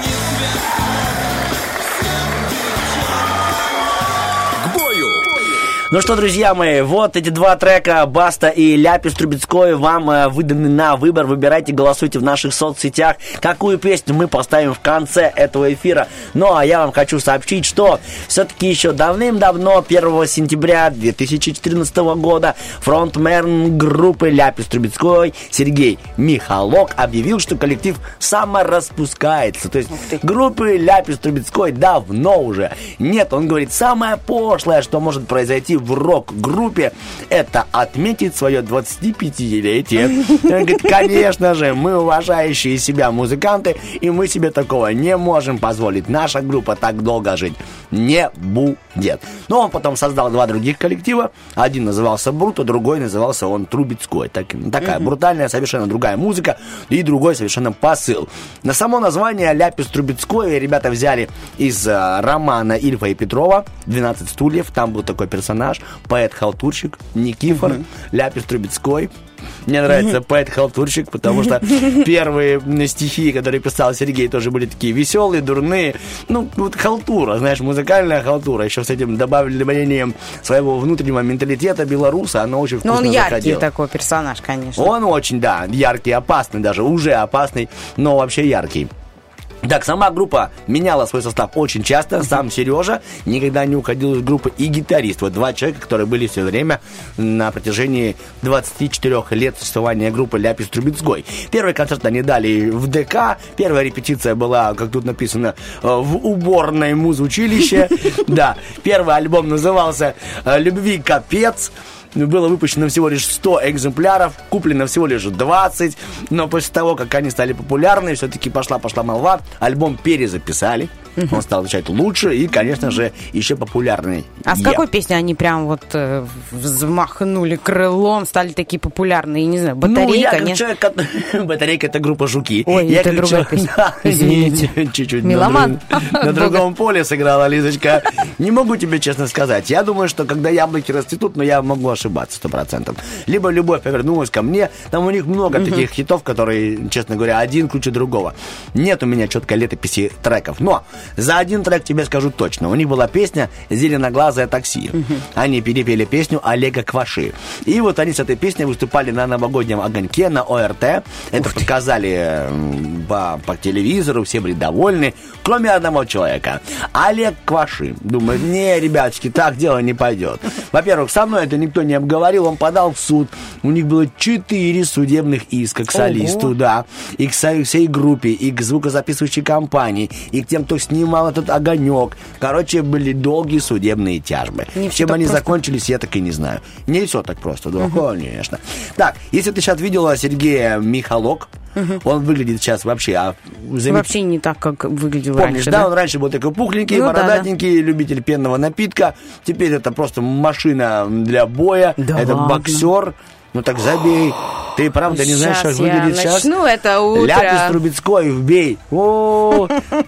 К бою! Ну что, друзья мои, вот эти два трека Баста и Ляпис Трубецкой вам э, выданы на выбор. Выбирайте, голосуйте в наших соцсетях, какую песню мы поставим в конце этого эфира. Ну, а я вам хочу сообщить, что все-таки еще давным-давно, первого сентября две тысячи четырнадцатого года, фронтмен группы Ляпис Трубецкой Сергей Михалок объявил, что коллектив самораспускается. То есть группы Ляпис Трубецкой давно уже нет. Он говорит, самое пошлое, что может произойти в рок-группе, это отметить свое двадцатипятилетие. Он говорит, конечно же, мы уважающие себя музыканты, и мы себе такого не можем позволить. Наша группа так долго жить не будет. Но он потом создал два других коллектива. Один назывался Бруто, другой назывался он Трубецкой. Так, такая mm-hmm. брутальная, совершенно другая музыка и другой совершенно посыл. На само название Ляпис Трубецкой ребята взяли из uh, романа Ильфа и Петрова «двенадцать стульев». Там был такой персонаж, поэт-халтурщик Никифор, mm-hmm. Ляпис Трубецкой. Мне нравится mm-hmm. поэт-халтурщик, потому что первые стихи, которые писал Сергей, тоже были такие веселые, дурные. Ну, вот халтура, знаешь, музыкальная халтура. Еще с этим добавлением своего внутреннего менталитета белоруса, оно очень вкусно заходило. Но он яркий заходило. Такой персонаж, конечно. Он очень, да, яркий, опасный даже, уже опасный, но вообще яркий. Так, сама группа меняла свой состав очень часто. Сам Сережа никогда не уходил из группы, и гитарист. Вот два человека, которые были все время на протяжении двадцати четырёх лет существования группы Ляпис Трубецкой. Первый концерт они дали в ДК. Первая репетиция была, как тут написано, в уборной музучилище. Да, первый альбом назывался «Любви капец». Было выпущено всего лишь сто экземпляров, куплено всего лишь двадцать, но после того, как они стали популярны, все-таки пошла-пошла молва, альбом перезаписали, uh-huh. он стал звучать лучше и, конечно же, еще популярней. А с какой песни они прям вот э, взмахнули крылом, стали такие популярные, не знаю, «Батарейка», ну, я, нет? Человек, «Батарейка» — это группа «Жуки». Ой, я, это другая песня, да, извините. Чуть-чуть Меломан. На, на другом поле сыграла Лизочка. Не могу тебе честно сказать. Я думаю, что когда яблоки расцветут, но я могу ошибаться сто процентов. Либо «Любовь повернулась ко мне». Там у них много uh-huh. таких хитов, которые, честно говоря, один круче другого. Нет у меня четкой летописи треков. Но за один трек тебе скажу точно. У них была песня «Зеленоглазое такси». Uh-huh. Они перепели песню Олега Кваши. И вот они с этой песней выступали на новогоднем огоньке, на ОРТ. Это Ух показали по, по телевизору, все были довольны, кроме одного человека. Олег Кваши. Думает, не, ребяточки, так дело не пойдет. Во-первых, со мной это никто не обговорил. Он подал в суд. У них было четыре судебных иска к солисту, Ого. да, и к всей группе, и к звукозаписывающей компании, и к тем, кто снимал этот огонек. Короче, были долгие судебные тяжбы. Не Чем они просто... закончились, я так и не знаю. Не все так просто, да, угу. конечно. Так, если ты сейчас видела Сергея Михалок, угу. он выглядит сейчас вообще... А, замет... Вообще не так, как выглядел Помнишь, раньше, да? да? Он раньше был такой пухленький, ну, бородатенький, да, да. любитель пенного напитка. Теперь это просто машина для боя. Да это ладно. Боксер. Ну так забей. Ты правда не знаешь, как выглядит сейчас? Ну это утро. Ляпис Трубецкой, вбей. О,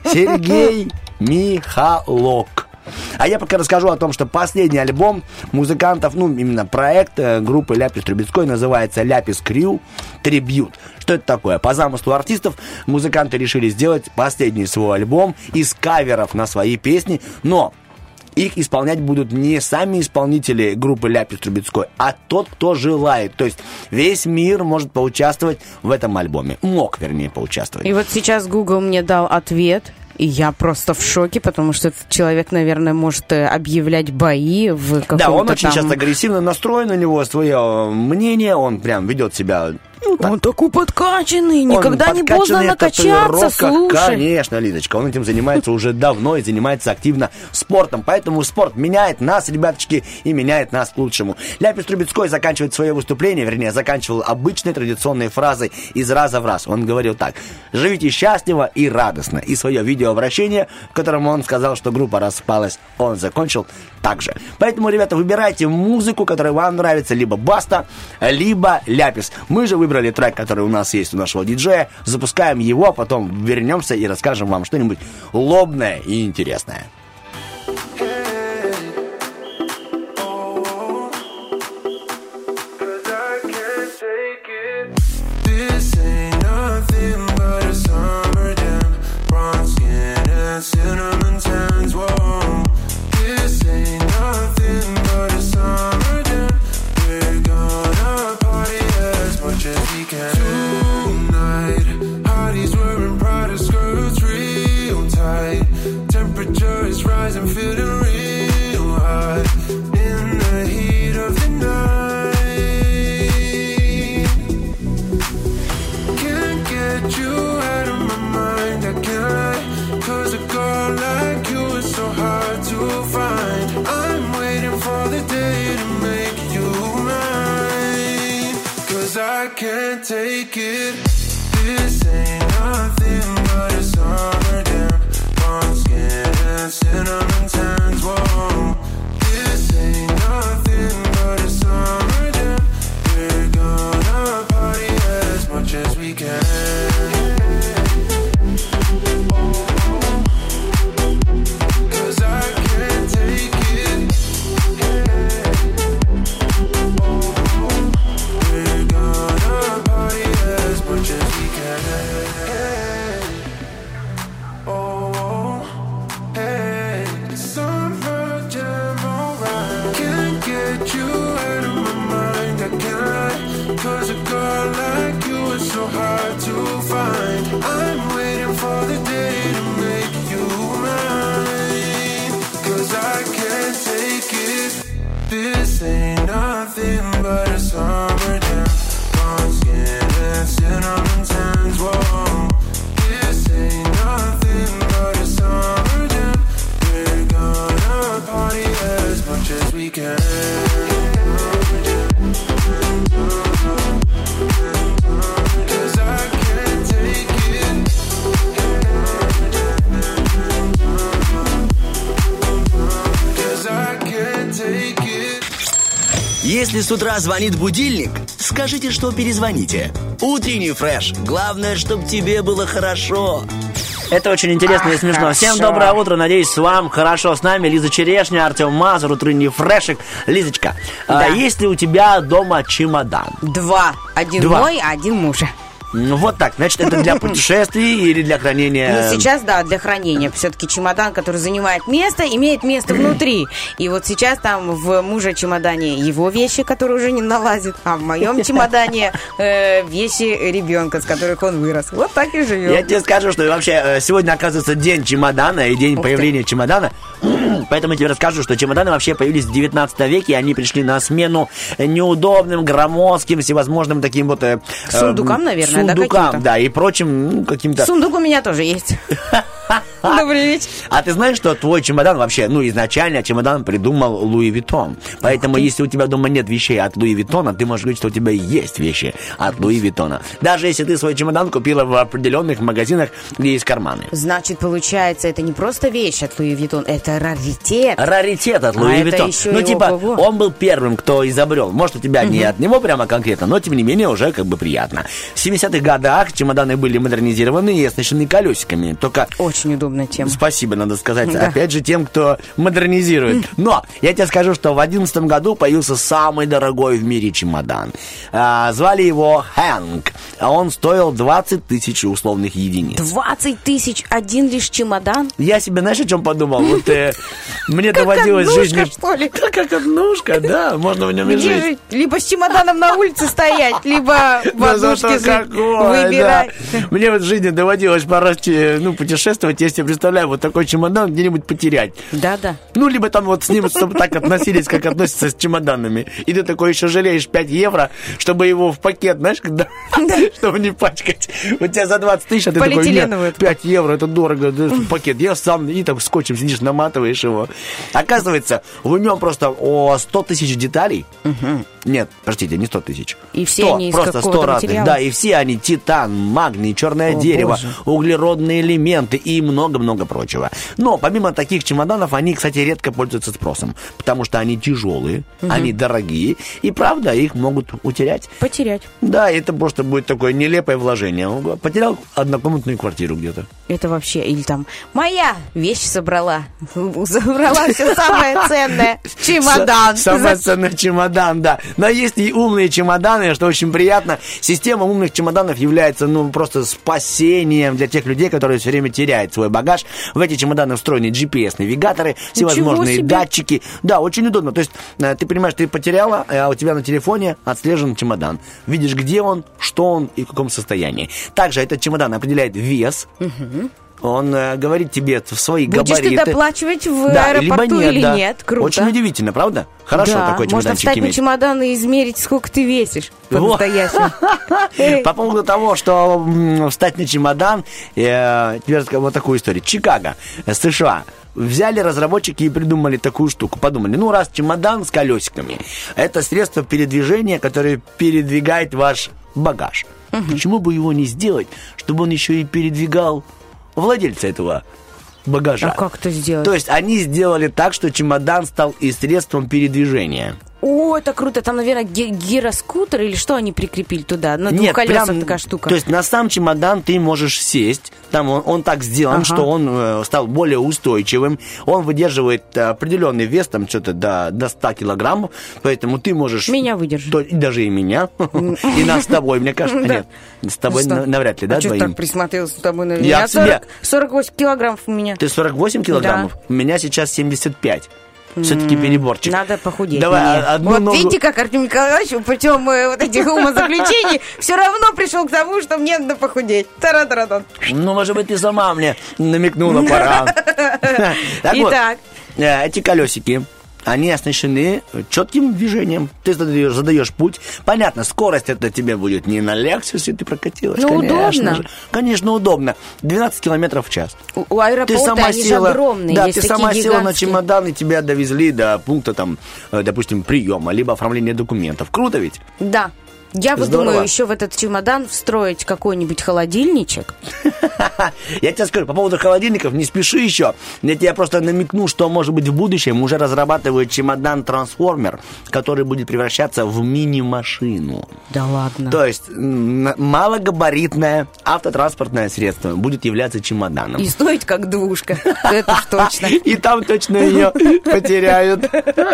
Сергей Михалок. А я пока расскажу о том, что последний альбом музыкантов, ну, именно проект группы Ляпис Трубецкой называется «Ляпис Крю Трибьют». Что это такое? По замыслу артистов музыканты решили сделать последний свой альбом из каверов на свои песни, но их исполнять будут не сами исполнители группы Ляпис Трубецкой, а тот, кто желает. То есть весь мир может поучаствовать в этом альбоме. Мог, вернее, поучаствовать. И вот сейчас Google мне дал ответ. И я просто в шоке, потому что этот человек, наверное, может объявлять бои в каком-то Да, он очень там... сейчас агрессивно настроен, у него свое мнение, он прям ведет себя... Ну, он такой подкачанный, никогда не поздно накачаться, слушай. Конечно, Лизочка, он этим занимается уже давно и занимается активно спортом, поэтому спорт меняет нас, ребяточки, и меняет нас к лучшему. Ляпис Трубецкой заканчивает свое выступление, вернее, заканчивал обычной традиционной фразой из раза в раз. Он говорил так: живите счастливо и радостно. И свое видеообращение, в котором он сказал, что группа распалась, он закончил так же. Поэтому, ребята, выбирайте музыку, которая вам нравится, либо Баста, либо Ляпис. Мы же выбрали выбрали трек, который у нас есть у нашего диджея, запускаем его, потом вернемся и расскажем вам что-нибудь лобное и интересное. Cinnamon tans, whoa. This ain't nothing but a summer jam. We're gonna party as much as we can tonight. Hotties wearing Prada skirts real tight. Temperature is rising, feeling real hot in the heat of the night. Can't get you out of my mind, I can't lie. Cause a girl like you is so hard to find. I'm waiting for the day to make you mine. Cause I can't take it. This ain't nothing but a summer jam. Warm skin and cinnamon tans, whoa. This ain't nothing but a summer jam. We're gonna party as much as we can. Cause a girl like you is so hard to find. I'm waiting for the day to make you mine. Cause I can't take it. This ain't nothing but a summer jam. Warm skin and cinnamon tans, whoa. This ain't nothing but a summer jam. We're gonna party as much as we can. Если с утра звонит будильник, скажите, что перезвоните. Утренний фреш. Главное, чтобы тебе было хорошо. Это очень интересно и смешно. Всем доброе утро, надеюсь, с вами хорошо. С нами Лиза Черешня, Артем Мазур, утренний фрешик. Лизочка, да. а есть ли у тебя дома чемодан? Два. Один Два. мой, а один мужа. Ну, вот так. Значит, это для путешествий или для хранения? Ну, сейчас, да, для хранения. Все-таки чемодан, который занимает место, имеет место внутри. И вот сейчас там в мужа чемодане его вещи, которые уже не налазит, а в моем чемодане э, вещи ребенка, с которых он вырос. Вот так и живем. Я тебе скажу, что вообще сегодня, оказывается, день чемодана и день Ух появления ты. чемодана. Поэтому я тебе расскажу, что чемоданы вообще появились в девятнадцатом веке, и они пришли на смену неудобным, громоздким, всевозможным таким вот... Э, сундукам, наверное. Сундукам, да, да, и прочим ну, каким-то... Сундук у меня тоже есть. Добрый вечер. А ты знаешь, что твой чемодан вообще, ну, изначально чемодан придумал Луи Виттон. Поэтому, если у тебя дома нет вещей от Луи Виттона, ты можешь говорить, что у тебя есть вещи от Луи Виттона. Даже если ты свой чемодан купила в определенных магазинах, где есть карманы. Значит, получается, это не просто вещь от Луи Виттон, это раритет. Раритет от Луи а Виттон. Ну, типа, ого. Он был первым, кто изобрел. Может, у тебя угу. не от него прямо конкретно, но, тем не менее, уже как бы приятно. В семидесятых годах чемоданы были модернизированы и оснащены колесиками. Только... Очень удобная тема. Спасибо, надо сказать, да. опять же, тем, кто модернизирует. Но я тебе скажу, что в одиннадцатом году появился самый дорогой в мире чемодан. А, звали его Хэнк. А он стоил двадцать тысяч условных единиц. двадцать тысяч один лишь чемодан? Я себе, знаешь, о чем подумал? Вот э, мне доводилось в жизни... что ли? Как однушка, да, можно в нем и жить. Либо с чемоданом на улице стоять, либо в однушке выбирать. Мне вот в жизни доводилось пару раз ну, путешествовать, я себе представляю, вот такой чемодан где-нибудь потерять. Да-да. Ну, либо там вот с ним, чтобы так относились, как относятся с чемоданами. И ты такой еще жалеешь пять евро, чтобы его в пакет, знаешь, когда... чтобы не пачкать. У тебя за двадцать тысяч, а ты такой, нет, пять евро, это дорого, пакет. Я сам, и там скотчем сидишь, наматываешь его. Оказывается, в нем просто о, сто тысяч деталей. Нет, простите, не сто тысяч. И все сто, они из просто какого-то сто разных. материала? Да, и все они титан, магний, черное О, дерево, боже. углеродные элементы и много-много прочего. Но помимо таких чемоданов, они, кстати, редко пользуются спросом, потому что они тяжелые, Мгм. они дорогие, и правда, их могут утерять. Потерять. Да, это просто будет такое нелепое вложение. Он потерял однокомнатную квартиру где-то. Это вообще, или там, моя вещь собрала. Собрала все самое ценное. Чемодан. С- Самый ценный чемодан, да. Но есть и умные чемоданы, что очень приятно. Система умных чемоданов является, ну, просто спасением для тех людей, которые все время теряют свой багаж. В эти чемоданы встроены джи пи эс-навигаторы, всевозможные себе. датчики. Да, очень удобно. То есть, э, ты понимаешь, ты потеряла, а у тебя на телефоне отслежен чемодан. Видишь, где он, что он и в каком состоянии. Также этот чемодан определяет вес. Мгм. Он э, говорит тебе в свои Будешь габариты. ты доплачивать в Да, аэропорту либо нет, или да. нет? Круто. Очень удивительно, правда? Хорошо Да, такой можно чемоданчик встать на иметь. чемодан и измерить, сколько ты весишь Вот. по-настоящему. По поводу того, что м, встать на чемодан, э, тебе расскажу вот такую историю. Чикаго, э, США. Взяли разработчики и придумали такую штуку. Подумали, ну раз чемодан с колесиками, это средство передвижения, которое передвигает ваш багаж. Почему бы его не сделать, чтобы он еще и передвигал владельца этого багажа? А как это сделать? То есть они сделали так, что чемодан стал и средством передвижения. О, это круто. Там, наверное, ге- гироскутер или что они прикрепили туда? На двух колесах прям, такая штука. То есть на сам чемодан ты можешь сесть. Там он, он так сделан, Ага. что он э, стал более устойчивым. Он выдерживает э, определенный вес, там что-то до, до ста килограммов. Поэтому ты можешь... Меня выдержит. То- и даже и меня. И нас с тобой, мне кажется. Да. Нет, с тобой Что? на- навряд ли, да, А что ты двоим? так присмотрелся с тобой? На Я меня к себе. сорок сорок восемь килограммов у меня. Ты сорок восемь килограммов? У меня сейчас семьдесят пять. Все-таки переборчик. Надо похудеть. Давай мне. одну вот ногу- видите, как Артем Николаевич путем э, вот этих умозаключений все равно пришел к тому, что мне надо похудеть. Тара-тара-тан. Ну, может быть, ты сама мне намекнула, пора. Так вот, Итак. э, эти колесики, они оснащены четким движением. Ты задаешь, задаешь путь. Понятно, скорость это тебе будет не на Лексусе ты прокатилась. Ну, конечно удобно. же. Конечно, удобно. двенадцать километров в час. У, у аэропорта Ты сама они села, же огромные. да, есть ты такие сама села на гигантские. чемодан, и тебя довезли до пункта, там, э, допустим, приема, либо оформления документов. Круто ведь? Да. Я вот Здорово. думаю, еще в этот чемодан встроить какой-нибудь холодильничек. Я тебе скажу, по поводу холодильников, не спеши еще. Я тебе просто намекну, что, может быть, в будущем уже разрабатывают чемодан-трансформер, который будет превращаться в мини-машину. Да ладно. То есть м, малогабаритное автотранспортное средство будет являться чемоданом. И стоить как двушка. Это уж точно. И там точно ее потеряют.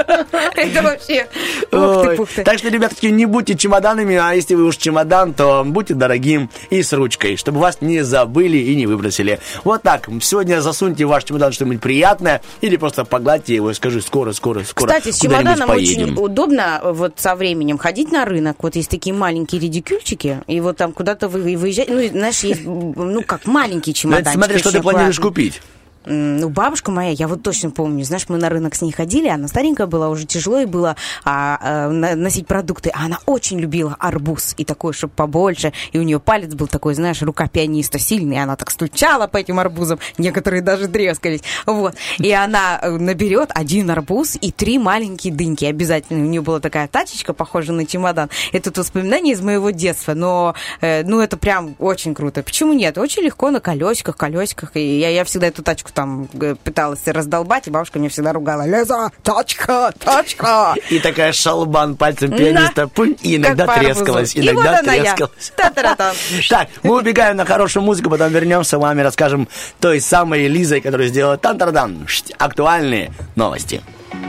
Это вообще... Ух Ой. ты, пух ты. Так что, ребятки, не будьте чемоданами, а если вы уж чемодан, то будьте дорогим и с ручкой, чтобы вас не забыли и не выбросили. Вот так. Сегодня засуньте в ваш чемодан что-нибудь приятное или просто погладьте его и скажи скоро, скоро, скоро. Кстати, с куда-нибудь чемоданом поедем. очень удобно вот со временем ходить на рынок. Вот есть такие маленькие редикюльчики, и вот там куда-то вы выезжаете. Ну, знаешь, есть, ну, как маленький Ну, чемоданчик. это смотри, что ты очень планируешь аккуратный. купить. М, Ну, бабушка моя, я вот точно помню, знаешь, мы на рынок с ней ходили, она старенькая была, уже тяжело ей было а, а, на- носить продукты, а она очень любила арбуз, и такой, чтобы побольше, и у нее палец был такой, знаешь, рука пианиста сильный, и она так стучала по этим арбузам, некоторые даже трескались, вот, и она э, наберет один арбуз и три маленькие дыньки обязательно, у нее была такая тачечка, похожая на чемодан, это воспоминание из моего детства, но, э, ну, это прям очень круто, почему нет, очень легко на колесиках, колесиках, и я, я всегда эту тачку там э, пыталась раздолбать, и бабушка меня всегда ругала. Лиза, тачка, тачка. И такая шалбан пальцем пианиста, пунь, и иногда Как по арбузу. трескалась. И Иногда вот она я. трескалась. Та-та-та-та. Так, мы убегаем на хорошую музыку, потом вернемся, вами расскажем той самой Лизой, которая сделала тан-тар-дан. Шт, актуальные новости.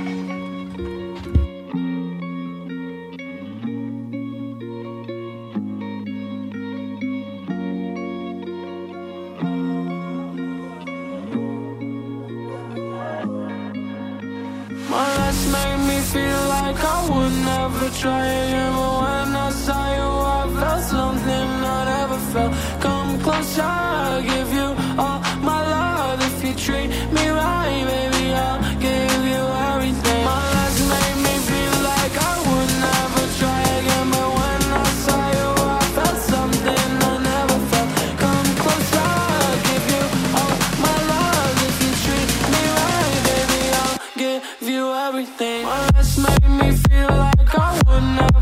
My last made me feel like I would never try again. But when I saw you, I felt something I never felt. Come closer, I'll give you all my love. If you treat me right, baby, I'll give you everything. My last made me feel like I would never try again. But when I saw you, I felt something I never felt. Come closer, I'll give you all my love. If you treat me right, baby, I'll give you everything. My last made me feel like I would never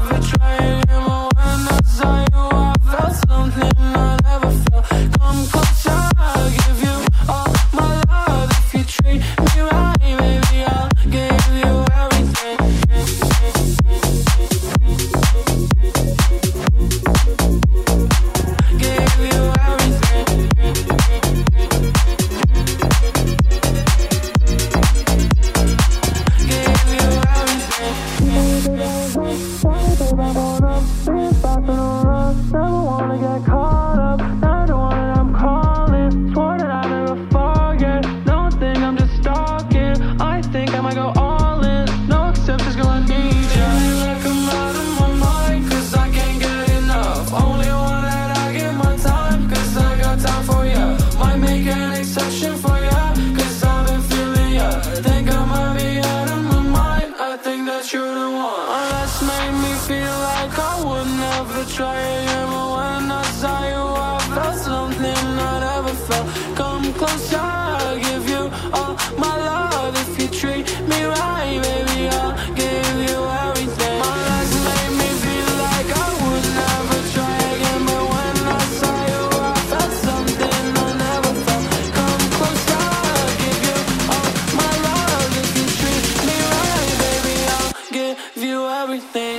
try again, but when I saw you, I felt something I never felt. Come closer, I'll give you all my love. If you treat me right, baby, I'll give you everything. My last made me feel like I would never try again, but when I saw you, I felt something I never felt. Come closer, I'll give you all my love. If you treat me right, baby, I'll give you everything.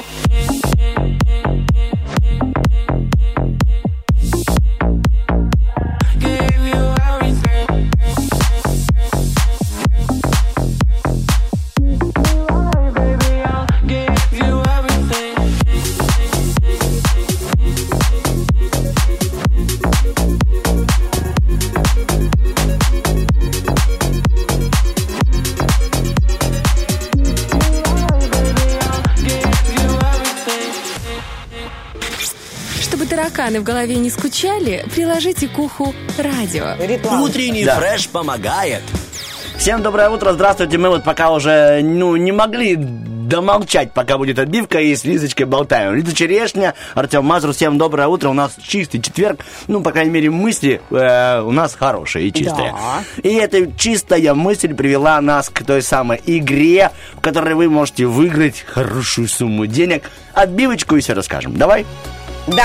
Тараканы в голове не скучали, приложите к уху радио. Реклама. Утренний Да. фреш помогает. Всем доброе утро, здравствуйте. Мы вот пока уже, ну, не могли домолчать, пока будет отбивка, и с Лизочкой болтаем. Лиза Черешня, Артем Мазур, всем доброе утро. У нас чистый четверг, ну, по крайней мере, мысли э, у нас хорошие и чистые. Да. И эта чистая мысль привела нас к той самой игре, в которой вы можете выиграть хорошую сумму денег. Отбивочку и все расскажем. Давай. Да.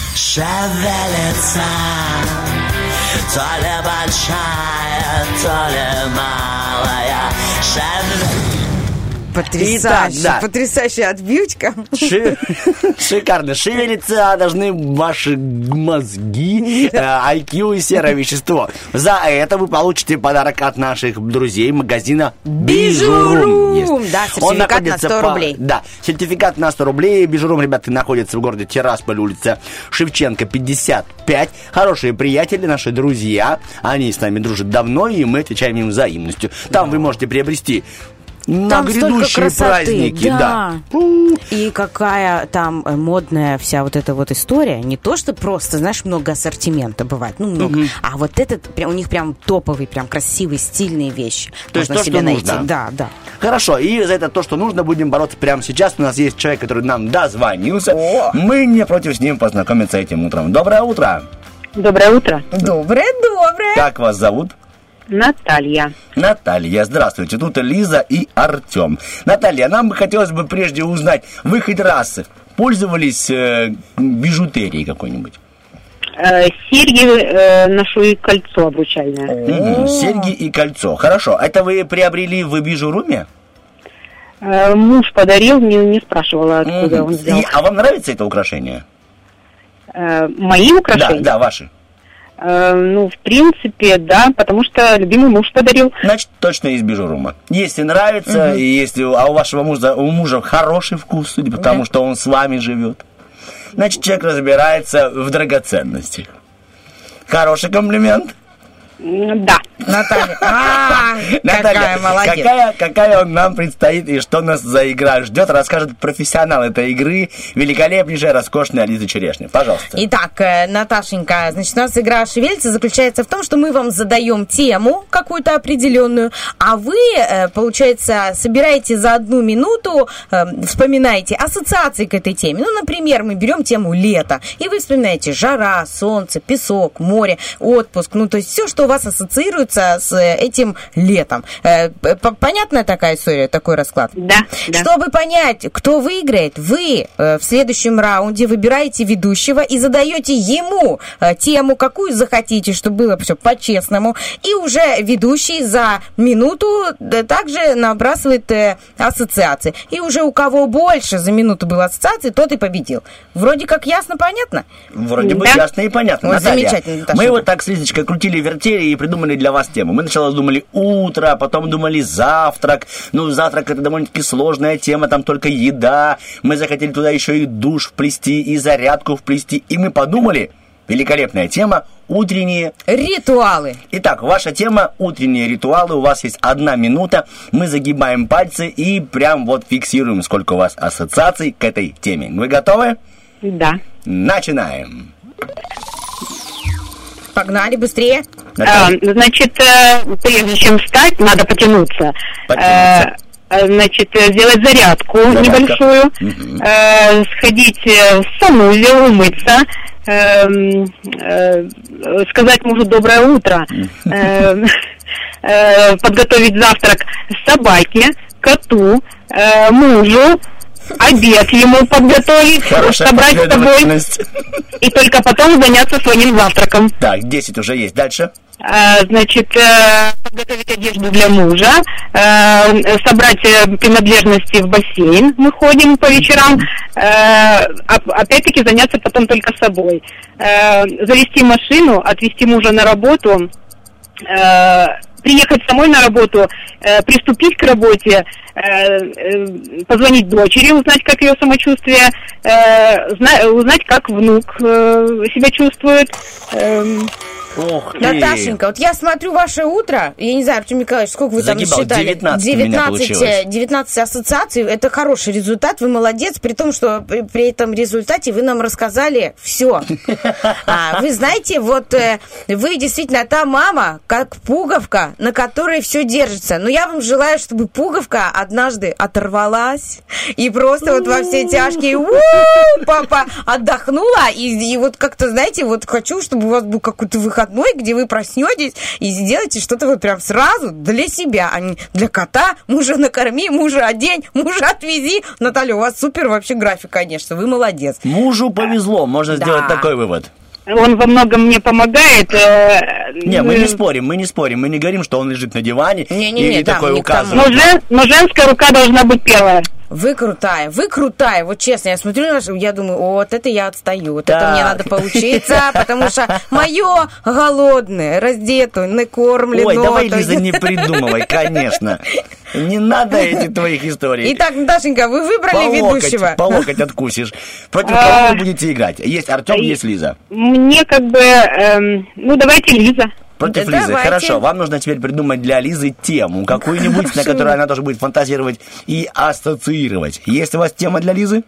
Шевелится, то ли большая, то ли малая. Шевелится. Потрясающе, Итак, да. потрясающая отбивочка. Ши- Шикарно. Шевелиться должны ваши мозги, э, ай кью и серое вещество. За это вы получите подарок от наших друзей магазина Бижурум. Бижурум. Есть. Да, Он сертификат на находится сто по- рублей. Да, сертификат на сто рублей. Бижурум, ребята, находится в городе Тирасполь, улица Шевченко, пятьдесят пять. Хорошие приятели, наши друзья. Они с нами дружат давно, и мы отвечаем им взаимностью. Там вы можете приобрести на Там столько грядущие красоты, праздники, да. да. И какая там э, модная вся вот эта вот история. Не то, что просто, знаешь, много ассортимента бывает, ну, много. Мгм. А вот этот, прям, у них прям топовые, прям красивые, стильные вещи. То есть Можно то, себе что найти. нужно. Да, да. Хорошо, и за это то, что нужно, будем бороться прямо сейчас. У нас есть человек, который нам дозвонился. Мы не против с ним познакомиться этим утром. Доброе утро. Доброе утро. Доброе, доброе. Как вас зовут? Наталья. Наталья, здравствуйте. Тут Лиза и Артем. Наталья, нам бы хотелось бы прежде узнать, вы хоть раз пользовались э, бижутерией какой-нибудь? Э, серьги э, ношу и кольцо обручальное. Мгм, серьги и кольцо. Хорошо. Это вы приобрели в бижуруме? Э, муж подарил, не, не спрашивала, откуда Мгм. он взял. И- а вам нравится это украшение? Э, мои украшения? Да, да, ваши. Э, ну, в принципе, да, потому что любимый муж подарил. Значит, точно из бижурума. Если нравится, Мгм. и если а у вашего мужа, у мужа хороший вкус, судя по тому, что он с вами живет, значит, человек разбирается в драгоценностях. Хороший комплимент. Да. Наталья. А, Наталья, какая молодец. какая, какая он нам предстоит и что нас за игра ждет, расскажет профессионал этой игры, великолепнейшая, роскошная Лиза Черешня. Пожалуйста. Итак, э, Наташенька, значит, у нас игра «Шевелится» заключается в том, что мы вам задаем тему какую-то определенную, а вы, э, получается, собираете за одну минуту, э, вспоминаете ассоциации к этой теме. Ну, например, мы берем тему «Лето», и вы вспоминаете жара, солнце, песок, море, отпуск, ну, то есть все, что у вас ассоциируется с э, этим летом. Э, п- Понятная такая история, такой расклад? Да, да. Чтобы понять, кто выиграет, вы э, в следующем раунде выбираете ведущего и задаете ему э, тему, какую захотите, чтобы было все по-честному. И уже ведущий за минуту э, также набрасывает э, ассоциации. И уже у кого больше за минуту было ассоциаций, тот и победил. Вроде как ясно, понятно? Вроде бы Да? ясно и понятно. Вот Наталья, замечательно, Наташа. мы вот так с Лизочкой крутили-вертели и придумали для вас тему. Мы сначала думали утро, потом думали завтрак. Ну, завтрак — это довольно-таки сложная тема, там только еда. Мы захотели туда еще и душ вплести, и зарядку вплести. И мы подумали, великолепная тема — утренние ритуалы. Итак, ваша тема — утренние ритуалы. У вас есть одна минута. Мы загибаем пальцы и прям вот фиксируем, сколько у вас ассоциаций к этой теме. Вы готовы? Да. Начинаем. Погнали, быстрее. А, значит, э, прежде чем встать, надо потянуться. Потянуться. Э, э, значит, э, сделать зарядку Зарядка. небольшую, Мгм. э, сходить э, в санузел, умыться, э, э, сказать мужу доброе утро, э, э, подготовить завтрак собаке, коту, э, мужу, обед ему подготовить, Хорошая собрать с собой последовательность. и только потом заняться своим завтраком. Так, десять уже есть. Дальше. А, значит, э, подготовить одежду для мужа, э, собрать э, принадлежности в бассейн, мы ходим по вечерам, э, оп- опять-таки заняться потом только собой, э, завести машину, отвезти мужа на работу, э, приехать самой на работу, э, приступить к работе, э, э, позвонить дочери, узнать, как ее самочувствие, э, зна- узнать, как внук э, себя чувствует. э, Ох ты. Наташенька, вот я смотрю ваше утро, я не знаю, Артем Николаевич, сколько вы Загибал, там считали? девятнадцать у меня получилось. э, девятнадцать ассоциаций, это хороший результат, вы молодец, при том, что при, при этом результате вы нам рассказали все. А, вы знаете, вот э, вы действительно та мама, как пуговка, на которой все держится. Но я вам желаю, чтобы пуговка однажды оторвалась и просто вот во все тяжкие у-у-у, папа отдохнула, и, и вот как-то, знаете, вот хочу, чтобы у вас был какой-то выходной, где вы проснетесь и сделаете что-то вот прям сразу для себя, а не для кота. Мужа накорми, мужа одень, мужа отвези. Наталья, у вас супер вообще график, конечно, вы молодец. Мужу повезло, можно Да. сделать такой вывод. Он во многом мне помогает. э, Не, мы э, не спорим, мы не спорим, мы не говорим, что он лежит на диване Не-не-не, и там такой не к тому. указывает. Но, жен- но женская рука должна быть первая. Вы крутая, вы крутая, вот честно, я смотрю на вас, я думаю, вот это я отстаю, вот это Так. мне надо поучиться, потому что мое голодное, раздетое, накормленное. Ой, давай, Лиза, не придумывай, конечно. Не надо этих твоих историй. Итак, Наташенька, вы выбрали по локоть, ведущего. по локоть откусишь. Против А. кого вы будете играть? Есть Артем, есть Лиза. Мне как бы, эм, ну давайте Лиза. Против Да Лизы. давайте. Хорошо, вам нужно теперь придумать для Лизы тему какую-нибудь, на которую она тоже будет фантазировать и ассоциировать. Есть у вас тема для Лизы?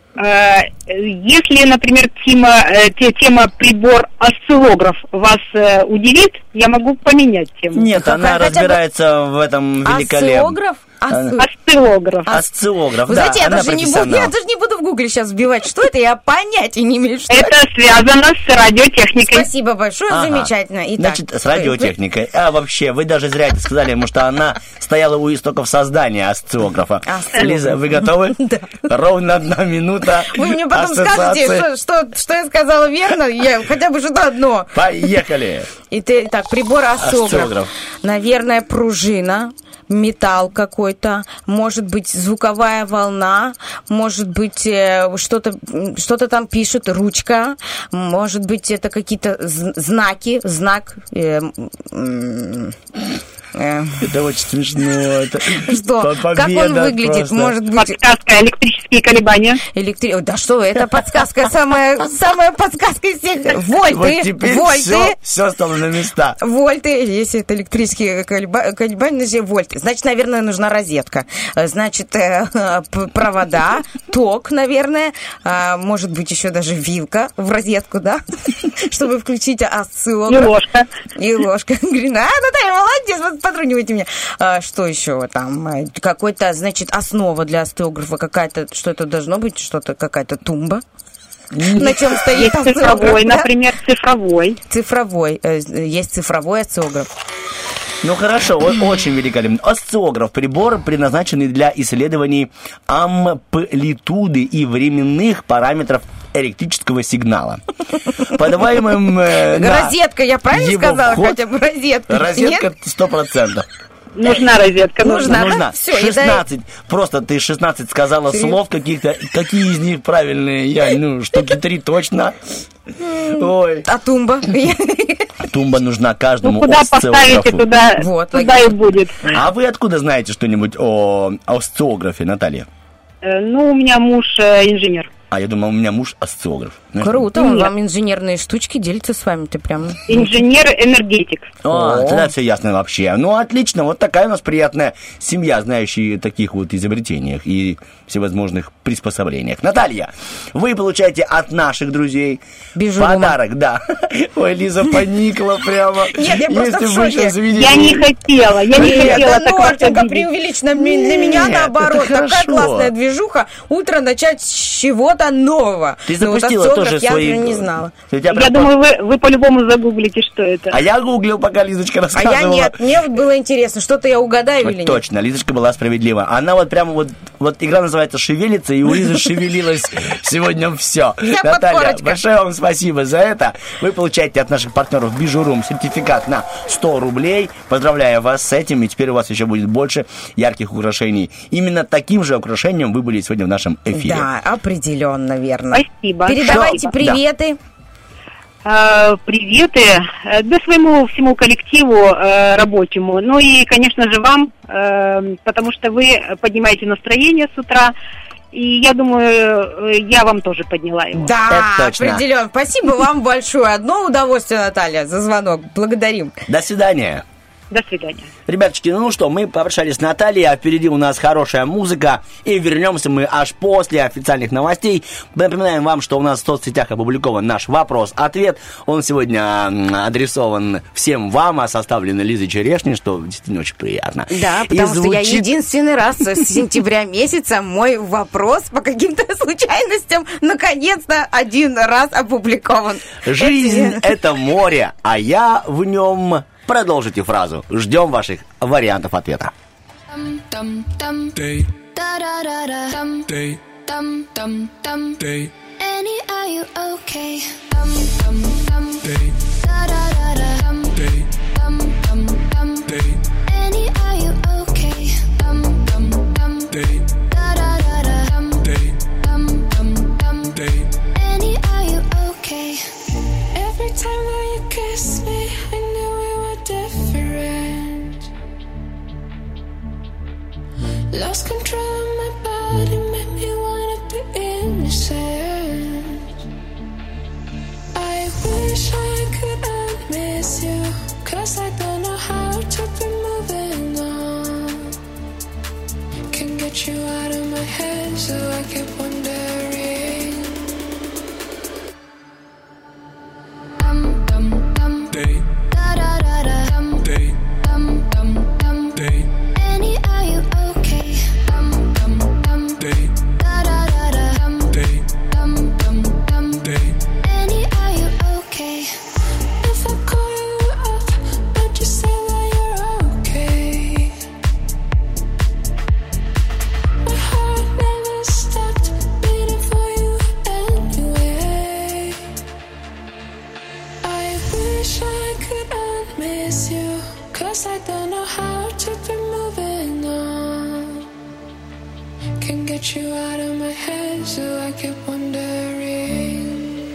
Э, Если, например, тема, э, те- тема прибор осциллограф вас э, удивит, я могу поменять тему. Нет, она хотя бы разбирается в этом великолепно. Осциллограф? Осци- Осциллограф. Осциллограф, Вы да, знаете, я она даже, не буду, профессионал. я даже не буду в гугле сейчас вбивать, что это, я понятия не имею, что Это связано с радиотехникой. Спасибо большое, Ага. замечательно. Итак, Значит, с радиотехникой. А вообще, вы даже зря это сказали, потому что она стояла у истоков создания осциллографа. Осциллограф. Лиза, вы готовы? Да. Ровно одна минута. Вы мне потом ассоциации. скажете, что, что, что я сказала верно, я хотя бы что-то одно. Поехали. Итак, прибор осциллограф. Осциллограф. Наверное, пружина, металл какой-то, может быть, звуковая волна, может быть, э, что-то, что-то там пишут, ручка, может быть, это какие-то з- знаки, знак... э, м, э, Это очень смешно. Это Что? победа Как он выглядит? просто. Может быть... Подсказка, электрические колебания. Электри... Ой, да что вы, это подсказка, самая, самая подсказка из всех. Вольты, Вот теперь вольты. все, все стало на места. Вольты, если это электрические колеба- колебания, значит, вольты. Значит, наверное, нужна розетка. Значит, э, п- провода, ток, наверное. А, может быть, еще даже вилка в розетку, да? Чтобы включить осциллограф. И ложка. И ложка. Говорит, а, Наталья, молодец, вот потрунивайте меня. А, что еще там? А, Какой-то, значит, основа для осциллографа какая-то, что это должно быть? Что-то, какая-то тумба. На чем стоит Есть осциллограф, цифровой, да? например, цифровой. Цифровой. э, Есть цифровой осциллограф. Ну хорошо, о- очень великолепно. Осциллограф – прибор, предназначенный для исследований амплитуды и временных параметров электрического сигнала. Подаваемым э, на Розетка, я правильно его сказала? вход- Хотя бы розетка. Розетка Нет? сто процентов. Нужна розетка. Нужна. Нужна. Нужна. Всё, и шестнадцать. Просто ты шестнадцать сказала Серьёзно? слов каких-то. Какие из них правильные? Я, ну, штуки три точно. Ой. А тумба? Тумба нужна Ну, каждому куда поставите, осциллографу. туда, Вот, туда и будет. А вы откуда знаете что-нибудь о осциллографе, Наталья? Э, Ну, у меня муж э, инженер. А я думал, у меня муж осциллограф. Знаешь, Круто, он Нет. вам инженерные штучки делится с вами, ты прям... Инженер-энергетик. А, О. тогда все ясно вообще. Ну, отлично, вот такая у нас приятная семья, знающая таких вот изобретениях и всевозможных приспособлениях. Наталья, вы получаете от наших друзей Бижурума. подарок, да. Ой, Лиза поникла прямо. Нет, я просто Если в вы шоке. сейчас видели- Я не хотела, я не Нет, хотела это так вас Нортенко обидеть. преувеличено. Ми- Для меня Нет, наоборот. это Такая хорошо. классная движуха. Утро начать с чего-то нового. Ты Ну, вот запустила осциллограф тоже я, свои... например, не знала. У тебя Я прям- думаю, вы, вы по-любому загуглите, что это. А я гуглил, пока Лизочка А рассказывала. я нет. Мне вот было интересно, что-то я угадаю или нет. Точно, Лизочка была справедлива. Она вот прямо вот, вот игра называется «Шевелится», и у Лизы шевелилось сегодня все. Вся Наталья, подпорочка. большое вам спасибо за это. Вы получаете от наших партнеров Бижурум сертификат на сто рублей. Поздравляю вас с этим, и теперь у вас еще будет больше ярких украшений. Именно таким же украшением вы были сегодня в нашем эфире. Да, определенно, верно. Спасибо. Передавайте Что? приветы. Э, Приветы э, да своему всему коллективу э, рабочему, ну и, конечно же, вам, э, потому что вы поднимаете настроение с утра, и я думаю, э, я вам тоже подняла его. Да, Это точно. определенно. Спасибо вам большое. Одно удовольствие, Наталья, за звонок. Благодарим. До свидания. До свидания. Ребяточки, ну что, мы попрощались с Натальей, а впереди у нас хорошая музыка, и вернемся мы аж после официальных новостей. Напоминаем вам, что у нас в соцсетях опубликован наш вопрос-ответ. Он сегодня м, адресован всем вам, а составлен Лизой Черешней, что действительно очень приятно. Да, И потому что я звучит- единственный раз с сентября месяца мой вопрос по каким-то случайностям наконец-то один раз опубликован. Жизнь Это- — это море, а я в нем... Продолжите фразу. Ждем ваших вариантов ответа. Dum dum Day, da da da da dum day, dum dum dum. day, Annie, are you okay? Dum dum dum day, da da da da dum day, dum dum dum. day, Annie, are you okay? Dum dum dum day, da da da da dum day, dum dum dum. day. Annie, are you okay? Every time that you kiss me, I knew we were different. Lost control of my body, made me wanna be innocent. I wish I could unmiss you, 'cause I don't know how to be moving on. Can't get you out of my head, so I keep wondering. Dum dum dum Day, da da da da dum day, dum dum dum. day, Annie, are you okay? Dum dum dum day, da da da da dum day, dum dum dum. day. Annie, are you okay? If I call you up, would you say that you're okay? My heart never stopped beating for you anyway. I wish I could unmiss you, 'cause I don't know how to be moving on. Can't get you out of my head, so I keep wondering.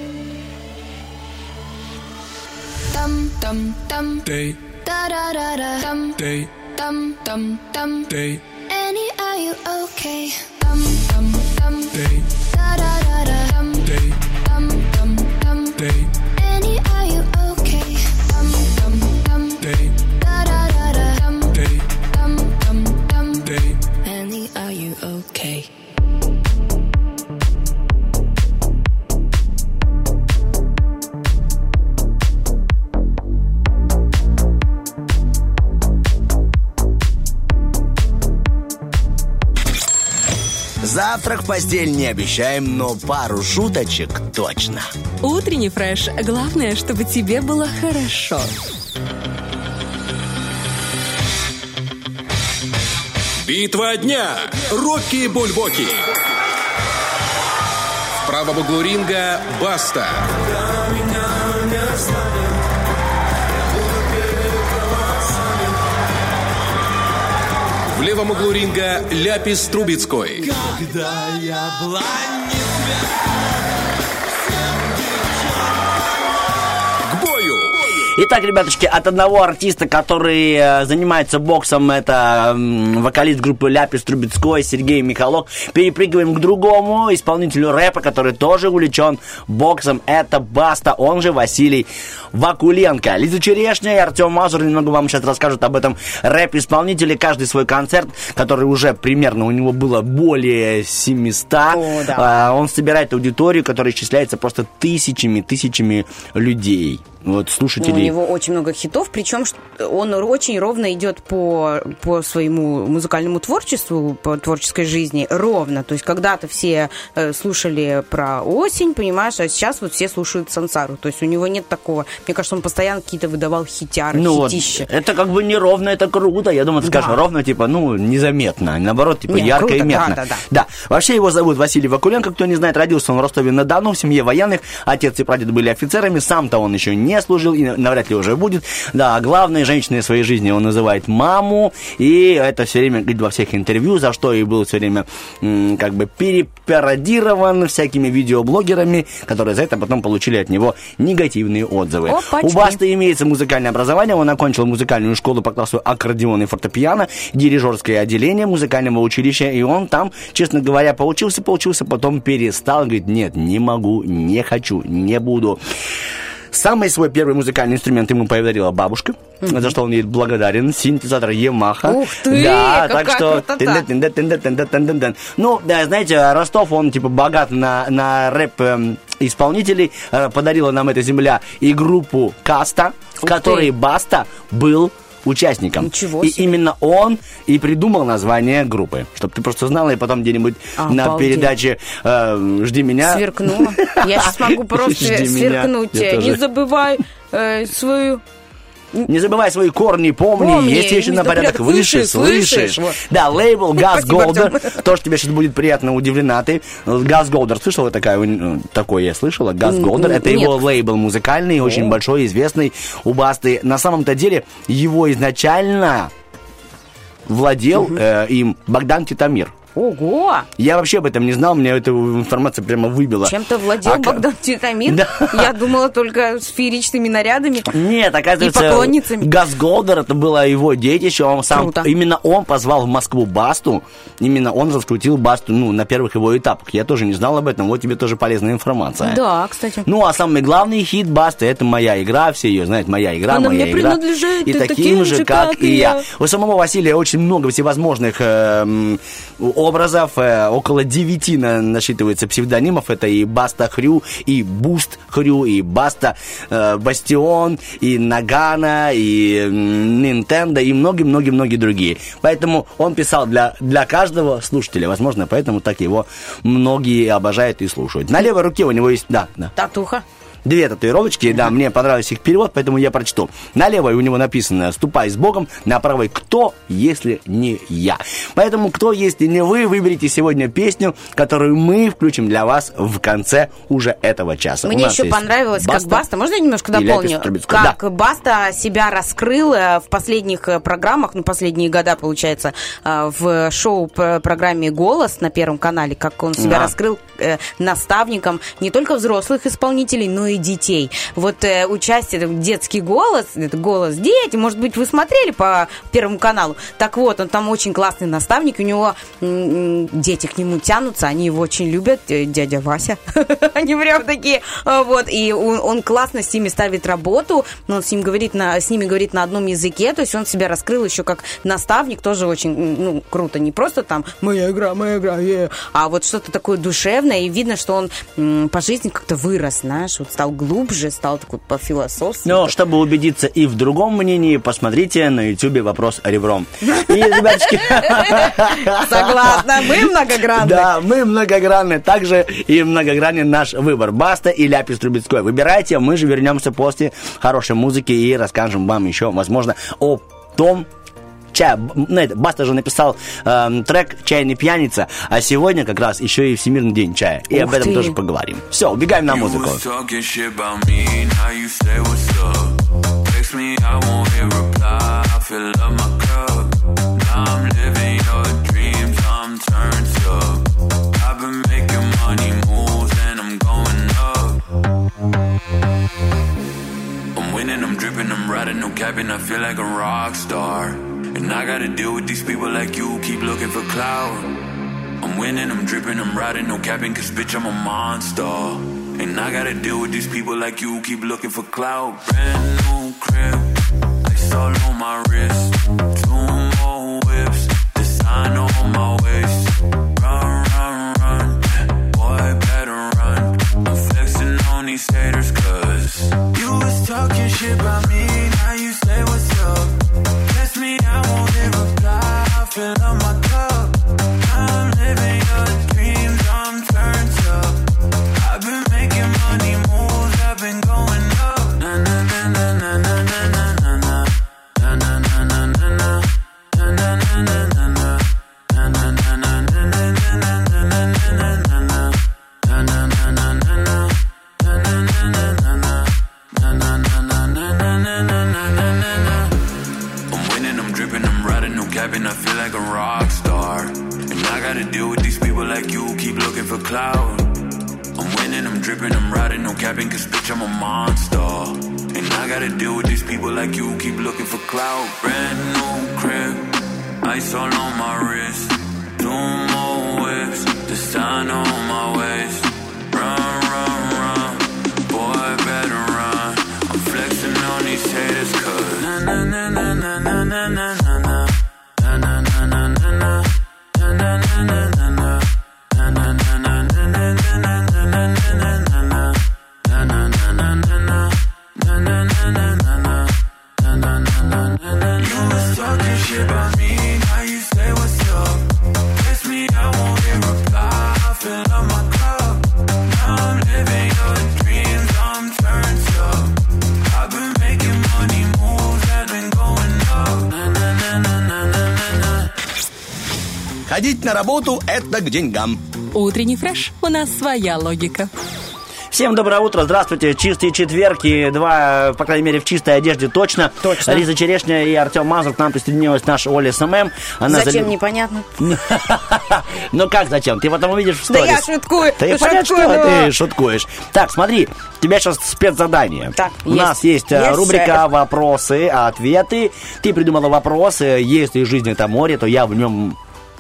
Dum dum dum Day, da da da da dum day, dum dum dum. day, Annie, are you okay? Dum dum dum day, da da da da dum day, dum dum dum. day, Annie, are you okay? Dum dum dum day, da da da da dum day, dum dum dum. day. Annie, are you okay? Завтрак в постель не обещаем, но пару шуточек точно. Утренний фреш. Главное, чтобы тебе было хорошо. Битва дня. Рокки Бульбоки. В правом углу ринга Баста. В левом углу ринга Ляпис Трубецкой. Когда я была К бою! Итак, ребятушки, от одного артиста, который э, занимается боксом, это э, вокалист группы Ляпис Трубецкой Сергей Михалок, перепрыгиваем к другому исполнителю рэпа, который тоже увлечен боксом. Это Баста, он же Василий Вакуленко. Лиза Черешня и Артем Мазур немного вам сейчас расскажут об этом рэп-исполнителе. Каждый свой концерт, который уже примерно у него было более семьсот. О, да. э, он собирает аудиторию, которая исчисляется просто тысячами, тысячами людей. Вот, слушателей. У него очень много хитов, причем он очень ровно идет по, по своему музыкальному творчеству, по творческой жизни, ровно. То есть когда-то все э, слушали про осень, понимаешь, а сейчас вот все слушают Сансару. То есть у него нет такого. Мне кажется, он постоянно какие-то выдавал хитяры, ну хитища. Вот, это как бы не ровно, это круто. Я думаю, ты да. скажешь, ровно, типа, ну, незаметно. Наоборот, типа, нет, ярко круто, и метно. Да, да, да. да. Вообще его зовут Василий Вакуленко. Кто не знает, родился он в Ростове-на-Дону, в семье военных. Отец и прадед были офицерами. Сам-то он еще не служил и навряд ли уже будет. Да, главной женщиной в своей жизни он называет маму, и это все время говорит во всех интервью, за что и был все время м, как бы перепародирован всякими видеоблогерами, которые за это потом получили от него негативные отзывы. Опачки. У Басты имеется музыкальное образование, он окончил музыкальную школу по классу аккордеон и фортепиано, дирижерское отделение музыкального училища, и он там, честно говоря, поучился, поучился, потом перестал, говорит, нет, не могу, не хочу, не буду. Самый свой первый музыкальный инструмент ему подарила бабушка, mm-hmm. за что он ей благодарен. Синтезатор Ямаха. Ух ты, да, какая так что... красота. Ну, да, знаете, Ростов, он типа богат на, на рэп-исполнителей. Подарила нам эта земля и группу Каста, в которой Баста был участником. Ничего себе. И именно он и придумал название группы. Чтобы ты просто знала, и потом где-нибудь а, на обалдеть. передаче э, «Жди меня». Сверкнула. Я сейчас могу просто сверкнуть. Не забывай э, свою... Не забывай свои корни, помни, помни есть еще на порядок выше, слышишь. слышишь. Вот. Да, лейбл Газ Голдер, тоже тебе сейчас будет приятно удивлена. Ты Газ Голдер, слышала такая, такое я слышала? Газ Голдер, это его лейбл музыкальный, очень большой, известный у Басты. На самом-то деле, его изначально владел э, им Богдан Титамир. Ого! Я вообще об этом не знал, мне эта информация прямо выбила. Чем-то владел а, Богдан Титамир? Да. Я думала только сферичными нарядами. Нет, оказывается, и поклонницами. Газ Голдер, это было его детище, он сам, Круто. Именно он позвал в Москву Басту, именно он раскрутил Басту, ну, на первых его этапах. Я тоже не знал об этом, вот тебе тоже полезная информация. Да, кстати. Ну, а самый главный хит Басты, это «Моя игра», все ее знают, «Моя игра», Она «Моя мне игра». Принадлежит, и таким, таким же, как, как и я. я. У самого Василия очень много всевозможных э, образов, э, около девяти на, насчитывается псевдонимов. Это и Баста Хрю, и Буст Хрю, и Баста э, Бастион, и Нагана, и Нинтендо, и многие-многие-многие другие. Поэтому он писал для, для каждого слушателя. Возможно, поэтому так его многие обожают и слушают. На левой руке у него есть... Да, да. Татуха. Две татуировочки, да, мне понравился их перевод, поэтому я прочту. На левой у него написано «Ступай с Богом», на правой «Кто, если не я?». Поэтому «Кто, если не вы?», выберите сегодня песню, которую мы включим для вас в конце уже этого часа. Мне еще понравилось, Баста, как Баста, можно я немножко дополню? Как да. Баста себя раскрыл в последних программах, ну, последние года, получается, в шоу-программе «Голос» на Первом канале, как он себя а. раскрыл наставником не только взрослых исполнителей, но и детей. Вот э, участие, детский голос, это голос дети, может быть, вы смотрели по Первому каналу. Так вот, он там очень классный наставник, у него м-м, дети к нему тянутся, они его очень любят, дядя Вася. Они прям такие, вот, и он, он классно с ними ставит работу, он с, ним говорит на, с ними говорит на одном языке, то есть он себя раскрыл еще как наставник, тоже очень, ну, круто, не просто там «моя игра, моя игра», yeah", а вот что-то такое душевное, и видно, что он м, по жизни как-то вырос, знаешь, вот стал глубже, стал такой по-философски. Но чтобы убедиться и в другом мнении, посмотрите на ютубе «Вопрос ребром». И, ребяточки... Согласна, мы многогранны. Да, мы многогранны. Также и многогранен наш выбор. Баста и Ляпис Трубецкой. Выбирайте, мы же вернемся после хорошей музыки и расскажем вам еще, возможно, о том, Чай, Баста же написал э, трек «Чайный пьяница», а сегодня как раз еще и Всемирный день чая. И Ух об этом ты. тоже поговорим. Все, убегаем на музыку. I'm winning, I'm dripping, I'm cabin, I feel like a rock star. And I gotta deal with these people like you, keep looking for clout. I'm winning, I'm dripping, I'm riding, no capping, cause bitch, I'm a monster. And I gotta deal with these people like you, keep looking for clout. Brand new crib, ice all on my wrist. Two more whips, designer on my waist. Run, run, run, boy, better run. I'm flexing on these haters cause you was talking shit about me, now you say what's up. Guess me, I won't ever reply, I fill up my cup. I'm living your dreams, I'm turned up. I've been making money moves, I've been going up. Na na na na na na na na na na na na na na na na na na na na I feel like a rock star. And I gotta deal with these people like you, keep looking for clout. I'm winning, I'm dripping, I'm riding, no capping, cause bitch, I'm a monster. And I gotta deal with these people like you, keep looking for clout. Brand new crib, ice all on my wrist. Two more whips, designer on my waist. Run, run, run, boy, better run. I'm flexing on these haters cause na na na na na na na na na. Na na na na na na na na na na na na na na na na na na. You was talking shit about me, now you say what's up. Kiss me, I won't hear reply, I fill up my cup. Now I'm living your dreams, I'm turned up. I've been making money moves, I've been going up. Na na na na na na. Ходить на работу – это к деньгам. Утренний фреш. У нас своя логика. Всем доброе утро, здравствуйте. Чистые четверги, два, по крайней мере, в чистой одежде точно. Точно. Лиза Черешня и Артем Мазур. К нам присоединилась наша Оля СММ. Она зачем, зали... непонятно. Ну как зачем? Ты потом увидишь в сторис. Да я шуткую. Да я понятно, что ты шуткуешь. Так, смотри, у тебя сейчас спецзадание. Так, у нас есть рубрика «Вопросы, ответы». Ты придумала вопросы. Если жизнь – это море, то я в нем...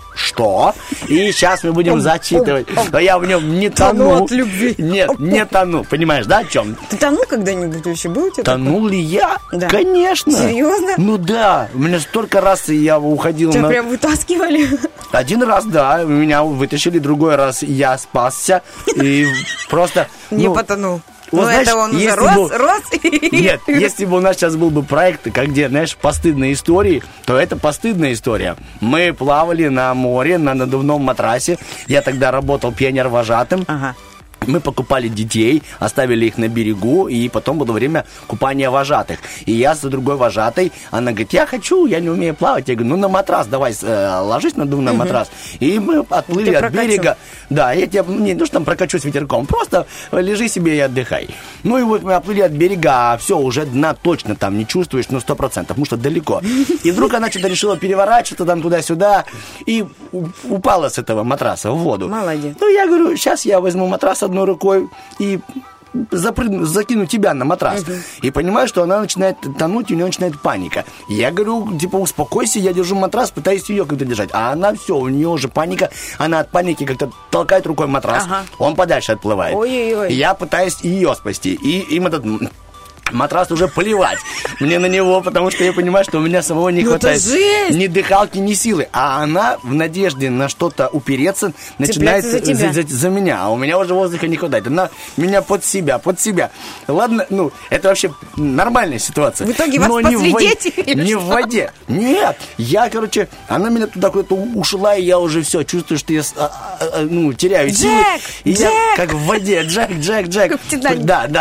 Что? И сейчас мы будем зачитывать. Но я в нем не тону. Тону от любви. Нет, не тону. Понимаешь, да, о чем? Ты тонул когда-нибудь вообще? Был у тебя Тонул такой? ли я? Да. Конечно. Серьезно? Ну да. У меня столько раз я уходил Тебя на... прям вытаскивали? Один раз, да. Меня вытащили. Другой раз я спасся. И просто... Не ну, потонул. Вот, ну, знаешь, это он уже если рос, бы... рос. Нет, если бы у нас сейчас был бы проект, как где, знаешь, постыдные истории, то это постыдная история. Мы плавали на море на надувном матрасе. Я тогда работал пионер-вожатым. Ага. Мы покупали детей, оставили их на берегу, и потом было время купания вожатых. И я за другой вожатой, она говорит, я хочу, я не умею плавать. Я говорю, ну на матрас давай, э, ложись на надувной uh-huh. матрас. И мы отплыли от прокачу. берега. Да, я тебя, не ну что там прокачу с ветерком, просто лежи себе и отдыхай. Ну и вот мы отплыли от берега, а все, уже дна точно там не чувствуешь, ну сто процентов, потому что далеко. И вдруг она что-то решила переворачиваться там туда-сюда, и упала с этого матраса в воду. Молодец. Ну я говорю, сейчас я возьму матрас одной рукой и запрыгну, закину тебя на матрас. Uh-huh. И понимаю, что она начинает тонуть, и у нее начинает паника. Я говорю, типа, успокойся, я держу матрас, пытаюсь ее как-то держать. А она все, у нее уже паника, она от паники как-то толкает рукой матрас, uh-huh. он подальше отплывает. Ой-ой-ой. Я пытаюсь ее спасти. И им этот... матрас уже плевать мне на него, потому что я понимаю, что у меня самого не ну хватает ни дыхалки, ни силы. А она в надежде на что-то упереться начинает за, за, за, за меня. А у меня уже воздуха не хватает. Она меня под себя, под себя. Ладно, ну, это вообще нормальная ситуация. В итоге вас спасли дети? Не в воде. Нет. Я, короче, она меня туда куда-то ушла, и я уже все чувствую, что я а, а, ну, теряю силы. И Джек! я как в воде. Джек, Джек, Джек. Да, да.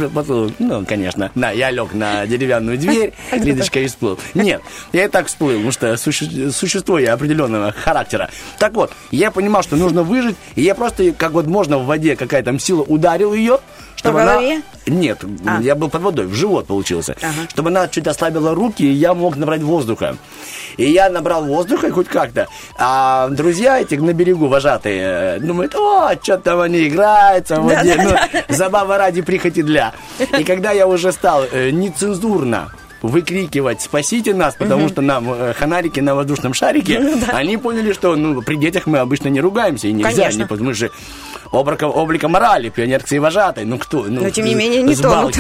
Ну, конечно. Да, я лег на деревянную дверь, Лидочка и всплыл. Нет, я и так всплыл, потому что суще- существо я определенного характера. Так вот, я понимал, что нужно выжить, и я просто, как вот можно в воде, какая там сила, ударил ее, чтобы По она... голове? Нет, а. я был под водой, в живот получился. Ага. Чтобы она чуть ослабила руки, и я мог набрать воздуха. И я набрал воздуха хоть как-то. А друзья эти на берегу вожатые думают, о, что там они играются в воде. Ну, забава ради, прихоти для. И когда я уже стал э, нецензурно выкрикивать «спасите нас», потому что нам э, фонарики на воздушном шарике, они поняли, что ну, при детях мы обычно не ругаемся, и нельзя, не, мы же облако, облако морали, пионерцы и вожатой, ну кто? Ну, но тем не менее не тонут.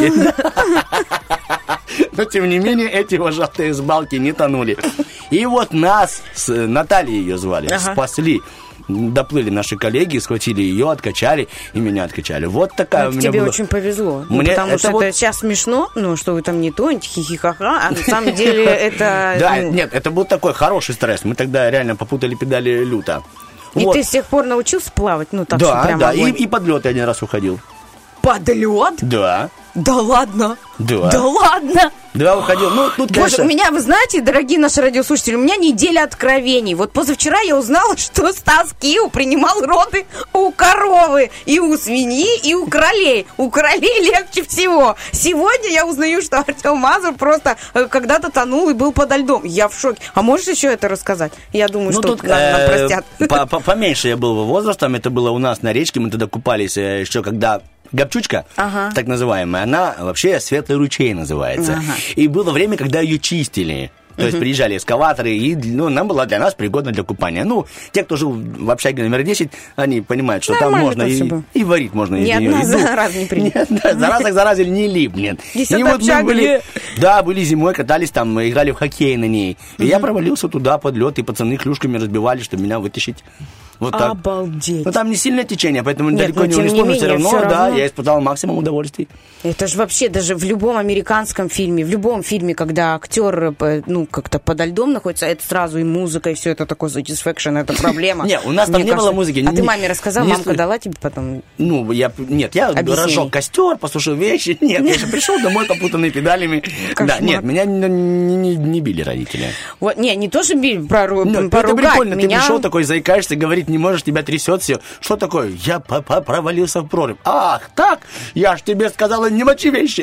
Но тем не менее эти вожатые с балки не тонули. И вот нас, с Натальей ее звали, ага. спасли. Доплыли наши коллеги, схватили ее, откачали, и меня откачали. Вот такая ну, у меня тебе была... очень повезло. Мне ну, потому это что вот... это сейчас смешно, ну, что вы там не тонете, хихихаха, а на самом деле это... Да, нет, это был такой хороший стресс. Мы тогда реально попутали педали люто. И ты с тех пор научился плавать? Ну, так да, прям да, и, и под лед я один раз уходил. Под лед? Да. Да ладно? Да. Да ладно? Да, уходил. Ну, тут, Боже, конечно... у меня, вы знаете, дорогие наши радиослушатели, у меня неделя откровений. Вот позавчера я узнала, что Стас Киу принимал роды у коровы, и у свиньи, и у кролей. У кролей легче всего. Сегодня я узнаю, что Артем Мазур просто когда-то тонул и был подо льдом. Я в шоке. А можешь еще это рассказать? Я думаю, ну, что тут, нам, нам простят. Поменьше я был возрастом. Это было у нас на речке. Мы тогда купались еще когда... Гопчучка, ага. так называемая, она вообще светлый ручей называется. Ага. И было время, когда ее чистили. То uh-huh. есть приезжали эскаваторы, и ну, она была для нас пригодна для купания. Ну, те, кто жил в общаге номер десять, они понимают, что нормально там можно и, и варить можно. Ни одна ну, зараза не прилип. Зараза к заразе не липнет. И вот мы были, да, были зимой, катались там, играли в хоккей на ней. И я провалился туда под лед, и пацаны клюшками разбивали, чтобы меня вытащить. Вот так. Обалдеть. Но там не сильное течение, поэтому Нет, далеко не унесло, но все равно, все равно, да, я испытал максимум удовольствия. Это же вообще даже в любом американском фильме, в любом фильме, когда актер, ну, как-то подо льдом находится, это сразу и музыка, и все это такое satisfaction, это проблема. Нет, у нас там не было музыки. А ты маме рассказал, мамка дала тебе потом? Ну, я, нет, я разжег костер, послушал вещи, нет, я же пришел домой попутанный педалями. Да, нет, меня не били родители. Вот, не, не то, что били, поругать. Это прикольно, ты пришел такой, заикаешься, говорит, не можешь, тебя трясет все. Что такое? Я провалился в прорубь. Ах, так? Я ж тебе сказала, не мочи вещи.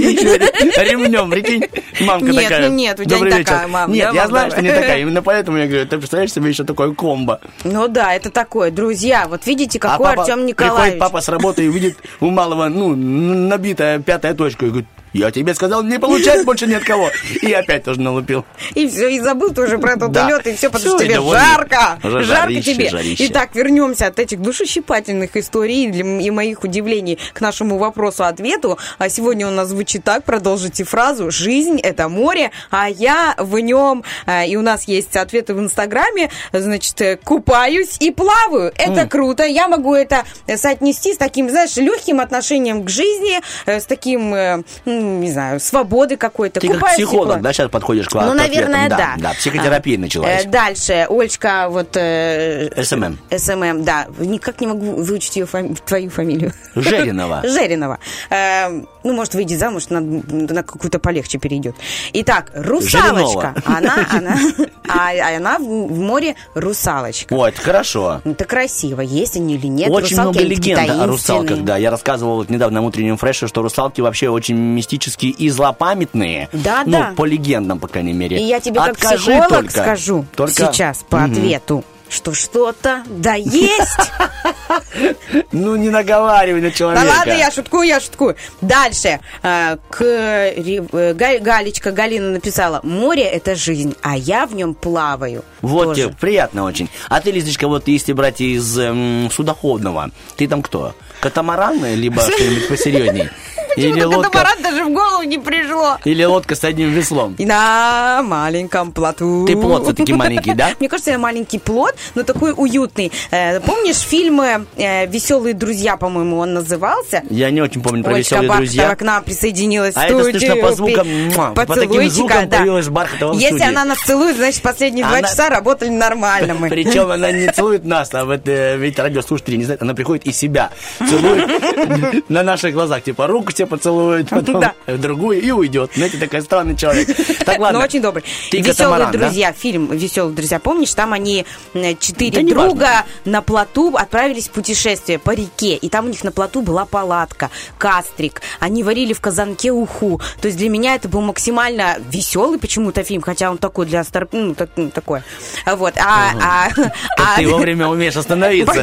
Ремнем, прикинь. Мамка нет, такая. Нет, ну нет, у тебя не такая мама. Нет, я знаю, что не такая. Именно поэтому я говорю, ты представляешь себе еще такое комбо. Ну да, это такое. Друзья, вот видите, какой Артем Николаевич. Приходит папа с работы и видит у малого, ну, набитая пятая точка. И говорит, я тебе сказал, не получать больше ни от кого. И опять тоже налупил. И все, и забыл тоже про тот да. лед, и все, потому что тебе жарко. Жарко жарище, тебе. Жарище. Итак, вернемся от этих душещипательных историй и моих удивлений к нашему вопросу-ответу. А сегодня у нас звучит так, продолжите фразу. Жизнь – это море, а я в нем. И у нас есть ответы в Инстаграме. Значит, купаюсь и плаваю. Это mm. круто. Я могу это соотнести с таким, знаешь, легким отношением к жизни, с таким... не знаю, свободы какой-то. Ты как психолог, да, сейчас подходишь к вам? Ну, наверное, да. да. Да, психотерапия началась. Дальше, Олечка, вот... эс эм эм. эс эм эм, да. Никак не могу выучить ее фами... твою фамилию. Жеринова. Жеринова. Ну, может, выйдет замуж, на, на какую-то полегче перейдет. Итак, русалочка. Она, она, а она в море русалочка. Ой, это хорошо. Это красиво. Есть они или нет? Очень много легенд о русалках, да. Я рассказывал вот недавно на утреннем фреше, что русалки вообще очень мистические и злопамятные. Да, ну, да. по легендам, по крайней мере. И я тебе как Откажи психолог только, скажу только... сейчас по mm-hmm. ответу, что что-то да есть. Ну, не наговаривай на человека. Да ладно, я шуткую, я шуткую. Дальше. Галечка, Галина написала, море – это жизнь, а я в нем плаваю. Вот тебе, приятно очень. А ты, Лизочка, вот если брать из м, судоходного, ты там кто? Катамаран, либо что-нибудь посерьезней? Или лодка... Катамаран даже в голову не пришло. Или лодка с одним веслом. И на маленьком плоту. Ты плот все-таки маленький, да? Мне кажется, я маленький плот, но такой уютный. Помнишь фильмы «Веселые друзья», по-моему, он назывался? Я не очень помню про Олечка «Веселые друзья». Бархатова к нам присоединилась в а студию. Это слышно по звукам. По таким звукам да. появилась Бархатова в Если студии. она нас целует, значит, последние она... два часа работали нормально мы. Причем она не целует нас, а вот, ведь радиослушатели не знают, она приходит и себя целует на наших глазах. Типа руку тебе поцелует, потом да. другую и уйдет. Знаете, такой странный человек. Так, ладно. Ну, очень добрый. Ты «Веселые катамаран, друзья», да? фильм «Веселые друзья», помнишь? Там они, четыре да друга на плоту отправились в путешествие по реке. И там у них на плоту была палатка, кастрик. Они варили в казанке уху. То есть для меня это был максимально веселый почему-то фильм, хотя он такой для стар... ну, так, ну, такой. Вот. А, угу. а, а... Ты вовремя умеешь остановиться.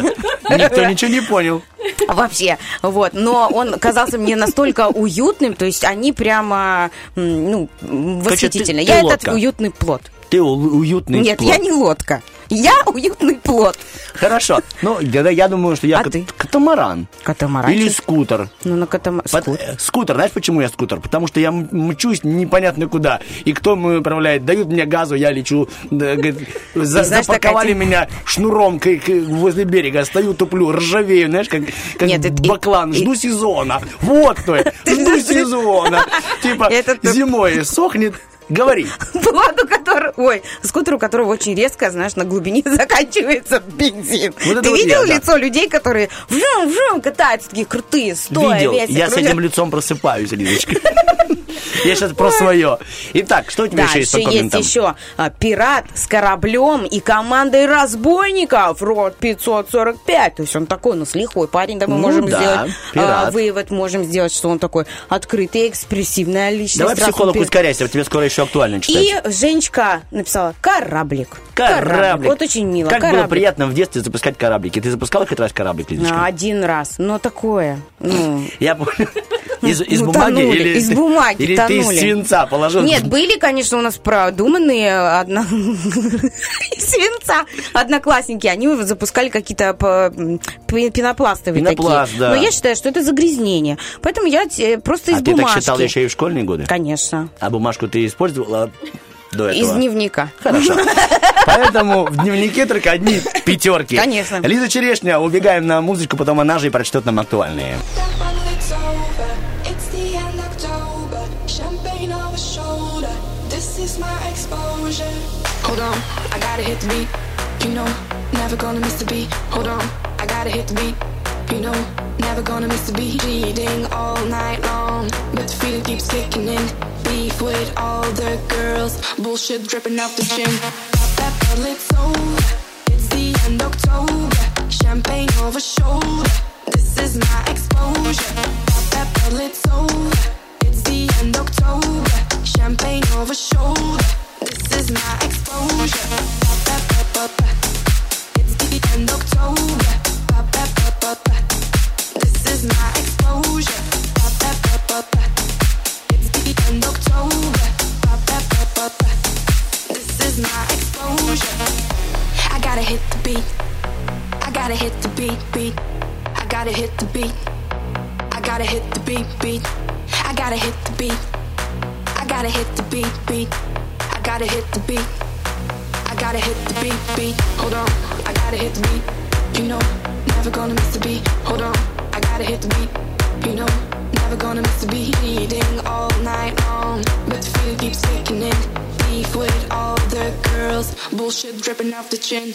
Никто ничего не понял. Вообще, вот. Но он казался мне настолько уютным, то есть они прямо, ну, восхитительные. Я этот уютный плод. Ты уютный Нет, плод. я не лодка. Я уютный плод. Хорошо. Ну, я, я думаю, что я а кат- ты? катамаран. Катамаран. Или скутер. Ну, на катамаран. Под... Скутер. скутер. Знаешь, почему я скутер? Потому что я мчусь непонятно куда. И кто меня управляет? Дают мне газу, я лечу. Да, говорит, за, знаешь, запаковали такая... меня шнуром к, к, возле берега. Стою, туплю, ржавею, знаешь, как, как Нет, баклан. Это... Жду сезона. Вот кто я. Жду сезона. Типа зимой сохнет. Говори. Плоду, который... Ой, скутеру, у которого очень резко, знаешь, на глубине заканчивается бензин. Вот Ты видел я, лицо да. людей, которые вжум-вжум катаются, такие крутые, стоя, видел. веся, Я крутые. С этим лицом просыпаюсь, Лизочка. Я сейчас про свое. Итак, что у тебя еще есть по комментам? Есть еще а, пират с кораблем и командой разбойников. Род пятьсот сорок пять. То есть он такой, ну, с лихой парень, да мы ну, можем да, сделать а, вывод, можем сделать, что он такой открытый, экспрессивная личность. Давай психолог пир... ускоряйся, тебе скоро еще актуально читать. И Женечка написала кораблик. Кораблик. Кораблик. Вот очень мило. Как кораблик. было приятно в детстве запускать кораблики. Ты запускала хоть раз кораблик, Лизочка? Один раз, но такое. Ну... Я понял. Из, из ну, бумаги? Тонули, или, из бумаги или тонули. ты из свинца положил? Нет, были, конечно, у нас продуманные одно... из свинца одноклассники. Они запускали какие-то пенопластовые Пенопласт, такие. да. Но я считаю, что это загрязнение. Поэтому я просто из а бумажки. А ты так считала еще и в школьные годы? Конечно. А бумажку ты использовала до этого? Из дневника. Хорошо. Поэтому в дневнике только одни пятерки. Конечно. Лиза Черешня, убегаем на музычку, потом она же и прочтет нам актуальные. Hold on, I gotta hit the beat. You know, never gonna miss the beat. Hold on, I gotta hit the beat. You know, never gonna miss the beat. Cheating all night long, but the feeling keeps kicking in. Beef with all the girls, bullshit dripping off the chin. Pop that bottle, it's over. It's the end of October. Champagne over shoulder. This is my exposure. Pop that bottle, it's over. It's the end of October. Champagne over shoulder. This is my exposure. Pop that, pop, pop, pop. It's the end of October. Pop that, pop, pop, pop. This is my exposure. Pop that, pop, pop, pop. It's the end of October. Pop that, pop, pop, pop. This is my exposure. I gotta hit the beat. I gotta hit the beat, beat. I gotta hit the beat. I gotta hit the beat, beat. I gotta hit the beat. I gotta hit the beat, beat. I gotta hit the beat. I gotta hit the beat, beat. Hold on, I gotta hit the beat. You know, never gonna miss the beat. Hold on, I gotta hit the beat. You know, never gonna miss the beat. Eating all night long, but the feeling keeps kicking in. Beef with all the girls, bullshit dripping off the chin.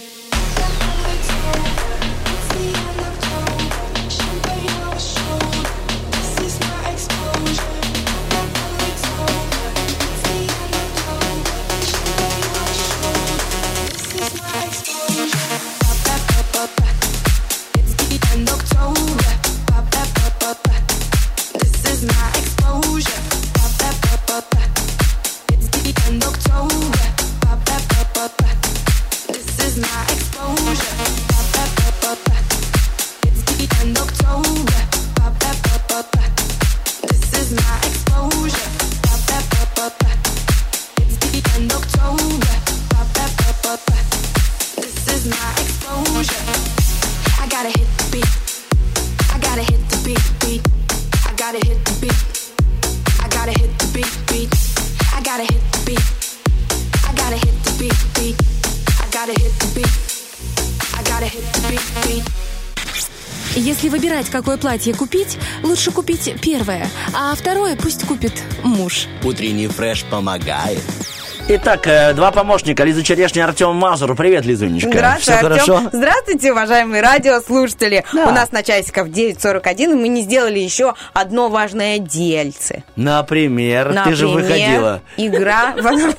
Если выбирать, какое платье купить, лучше купить первое, а второе пусть купит муж. Утренний фреш помогает. Итак, два помощника, Лиза Черешня и Артем Мазур. Привет, Лизунечка. Здравствуйте, Все Артем. хорошо? Здравствуйте, уважаемые радиослушатели. Да. У нас на часиков девять сорок один, и мы не сделали еще одно важное дельце. Например, Например, ты же выходила. Игра...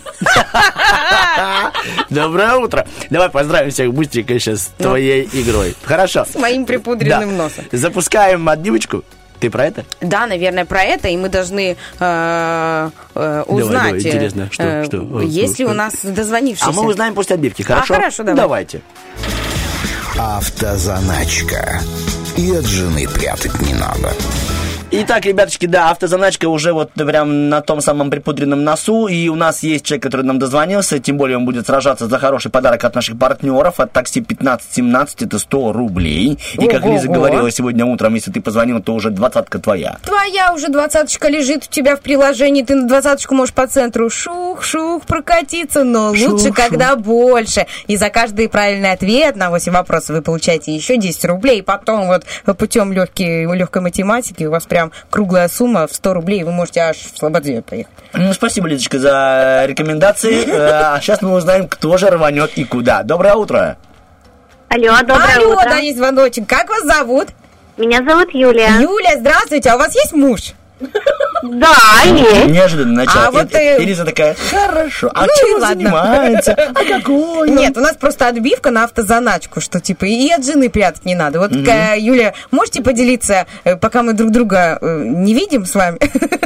Доброе утро. Давай поздравим всех быстренько сейчас с твоей игрой. Хорошо. С моим припудренным носом. Запускаем отбивочку. Ты про это? Да, наверное, про это, и мы должны э, э, узнать, давай, давай, интересно, что, э, что? есть ли у нас дозвонившийся. А мы узнаем после отбивки, хорошо? А, хорошо, давай. Давайте. Автозаначка. И от жены прятать не надо. Итак, ребяточки, да, автозаначка уже вот прям на том самом припудренном носу, и у нас есть человек, который нам дозвонился, тем более он будет сражаться за хороший подарок от наших партнеров, от такси пятнадцать семнадцать, это сто рублей, и как Лиза говорила сегодня утром, если ты позвонил, то уже двадцатка твоя. Твоя уже двадцаточка лежит у тебя в приложении, ты на двадцаточку можешь по центру шух-шух прокатиться, но Шух, лучше, шух. когда больше, и за каждый правильный ответ на восемь вопросов вы получаете еще десять рублей, и потом вот путем легкой, легкой математики у вас прям круглая сумма в сто рублей, вы можете аж в Слободе поехать. Ну, спасибо, Лизочка, за рекомендации. А сейчас мы узнаем, кто же рванет и куда. Доброе утро. Алло, доброе Алло, утро. да, есть звоночек. Как вас зовут? Меня зовут Юлия. Юля, здравствуйте. А у вас есть муж? Да, есть. Неожиданно начало. А вот и, и- и Лиза такая, хорошо. А Ну чем и он ладно. занимается? А какой он? Нет, у нас просто отбивка на автозаначку, что типа и от жены прятать не надо. Вот, Мгм. э, Юля, можете поделиться, э, пока мы друг друга э, не видим с вами,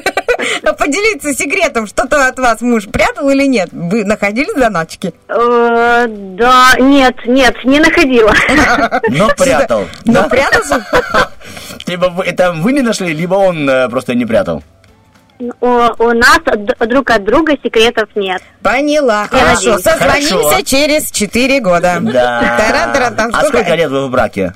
поделиться секретом, что-то от вас муж прятал или нет? Вы находили заначки? Э, Да, нет, нет, не находила. Но прятал. Но прятался? Либо вы, это вы не нашли, либо он э, просто не прятал. У, у нас д- друг от друга секретов нет. Поняла. Хорошо, надеюсь. созвонимся Хорошо. через четыре года. Да. Таран-таран-тан. А сколько лет вы в браке?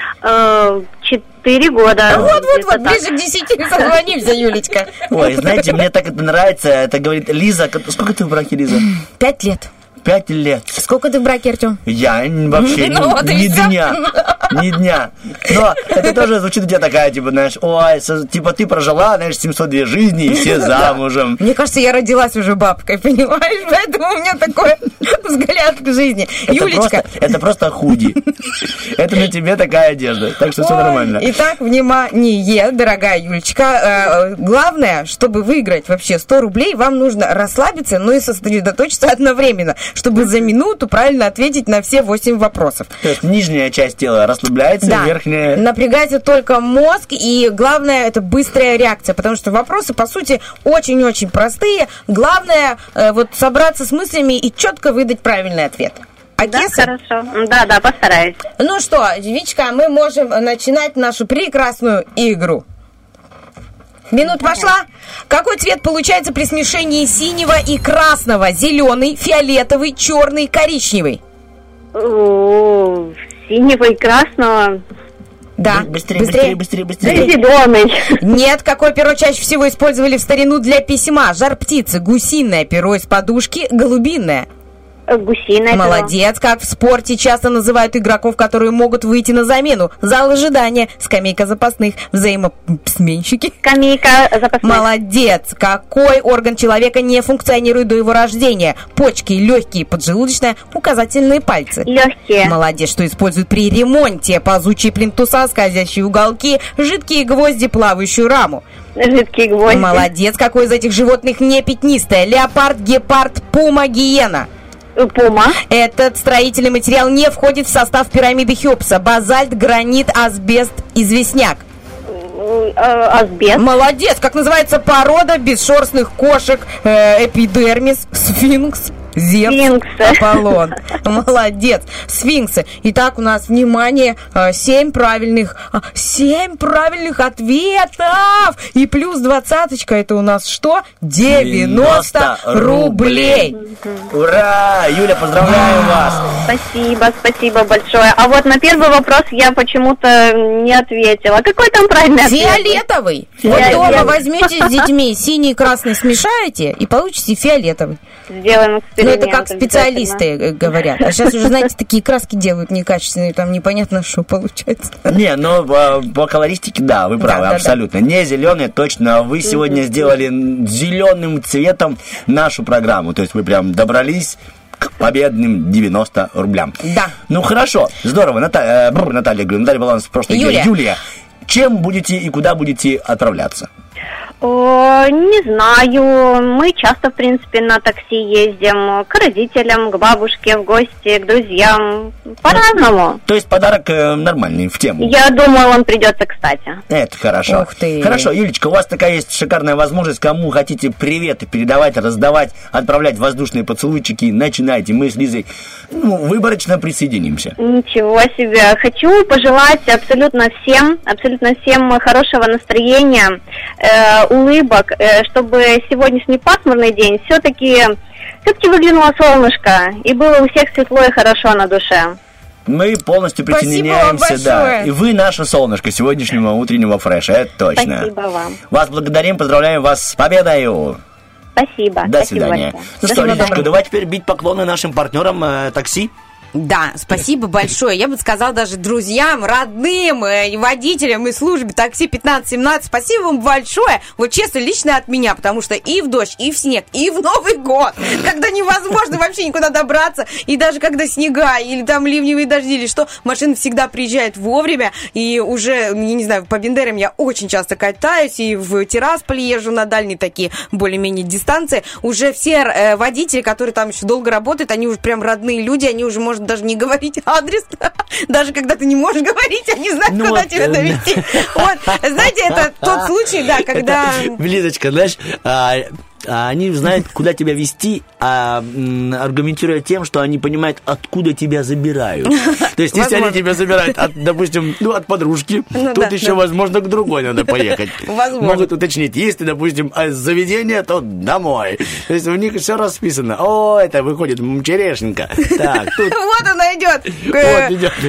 Э, Четыре года. Вот-вот-вот, где-то так. ближе к десяти созвонимся, Юлечка. Ой, знаете, мне так это нравится. Это говорит Лиза. как- Сколько ты в браке, Лиза? Пять лет. Пять лет. Сколько ты в браке, Артем? Я н- вообще Ну вот ни, и ни всё. дня. Ни дня. Но это тоже звучит у тебя такая, типа, знаешь, ой, со- типа ты прожила, знаешь, семьсот две жизни и все замужем. Мне кажется, я родилась уже бабкой, понимаешь? Поэтому у меня такой взгляд к жизни. Это Юлечка. просто, это просто худи. Это на тебе такая одежда. Так что все Ой, нормально. Итак, внимание, дорогая Юлечка. Э, Главное, чтобы выиграть вообще сто рублей, вам нужно расслабиться, но и сосредоточиться одновременно, чтобы за минуту правильно ответить на все восемь вопросов. То есть нижняя часть тела расслабляется, Да. верхняя... Напрягайте только мозг, и главное, это быстрая реакция, потому что вопросы, по сути, очень-очень простые. Главное, э, вот собраться с мыслями и четко выдать правильный ответ. А Да, хорошо. Да, да, постараюсь. Ну что, Вичка, мы можем начинать нашу прекрасную игру. Минут пошла. Какой цвет получается при смешении синего и красного? Зеленый, фиолетовый, черный, коричневый. О, Синего и красного. Да. Быстрее, быстрее, быстрее, быстрее. Зеленый. Нет, какое перо чаще всего использовали в старину для письма? Жар птицы, гусиное перо из подушки, голубиное. Гусиное перо. Молодец. Как в спорте часто называют игроков, которые могут выйти на замену? Зал ожидания, скамейка запасных, взаимосменщики. Скамейка запасных. Молодец. Какой орган человека не функционирует до его рождения? Почки, легкие, поджелудочная, указательные пальцы. Легкие. Молодец. Что используют при ремонте? Ползучие плинтуса, скользящие уголки, жидкие гвозди, плавающую раму. Жидкие гвозди. Молодец. Какой из этих животных не пятнистое? Леопард, гепард, пума, гиена. Пума. Этот строительный материал не входит в состав пирамиды Хеопса. Базальт, гранит, асбест, известняк. Асбест. Молодец. Как называется порода бесшерстных кошек? Э, эпидермис, сфинкс, Зевс, Сфинксы. Аполлон. Молодец. Сфинксы. Итак, у нас, внимание, э, семь правильных, а, семь правильных ответов. И плюс двадцаточка, это у нас что? девяносто рублей. Ура! Юля, поздравляем вас! Спасибо, спасибо большое. А вот на первый вопрос я почему-то не ответила. Какой там правильный ответ? Фиолетовый. Вот Фиолетовый. дома возьмете с детьми синий и красный смешаете и получите фиолетовый. Сделаем Ну, эксперимент. это как специалисты э, говорят. А сейчас уже, знаете, такие краски делают некачественные, там непонятно, что получается. Не, ну по, по колористике, да, вы правы, Да, да, абсолютно. Не зеленый, точно. Вы сегодня сделали зеленым цветом нашу программу. То есть вы прям добрались к победным девяноста рублям. Да. Ну хорошо, здорово. Ната- э, бррр, Наталья, говорю, Наталья Баланс просто Юлия. Юлия, чем будете и куда будете отправляться? О, не знаю. Мы часто, в принципе, на такси ездим. К родителям, к бабушке, в гости, к друзьям. По-разному. То есть подарок э, нормальный, в тему. Я думаю, он придется кстати. Это хорошо. Ух ты. Хорошо, Юлечка, у вас такая есть шикарная возможность. Кому хотите приветы передавать, раздавать, отправлять воздушные поцелуйчики, начинайте. Мы с Лизой ну, выборочно присоединимся. Ничего себе. Хочу пожелать абсолютно всем, абсолютно всем хорошего настроения, э, улыбок, э, чтобы сегодняшний пасмурный день все-таки все-таки выглянуло солнышко и было у всех светло и хорошо на душе. Мы полностью присоединяемся, да. И вы наше солнышко сегодняшнего утреннего фреша, это точно. Спасибо вам. Вас благодарим, поздравляем вас с победой. Спасибо. До Спасибо свидания. большое. Ну что, Лидочка, давай теперь бить поклоны нашим партнерам э, такси. Да, спасибо большое. Я бы сказала даже друзьям, родным, и водителям, и службе такси пятнадцать семнадцать. Спасибо вам большое. Вот честно, лично от меня, потому что и в дождь, и в снег, и в Новый год, когда невозможно вообще никуда добраться, и даже когда снега, или там ливневые дожди, или что, машина всегда приезжает вовремя, и уже, я не знаю, по Бендерам я очень часто катаюсь, и в Тирасполе езжу на дальние такие более-менее дистанции. Уже все э, водители, которые там еще долго работают, они уже прям родные люди, они уже, может, даже не говорить адрес, даже когда ты не можешь говорить, они знают, ну куда вот, тебя довести. Вот, знаете, это тот случай, да, когда... Это, Лизочка, знаешь, а, а они знают, куда тебя везти, а, аргументируя тем, что они понимают, откуда тебя забирают. То есть, если они тебя забирают, от, допустим, ну, от подружки, ну, тут да, еще, да. возможно, к другой надо поехать. Возможно. Могут уточнить, если, допустим, с заведения, то домой. То есть, у них все расписано. О, это выходит черешенька. Так, тут... Вот она идет. Вот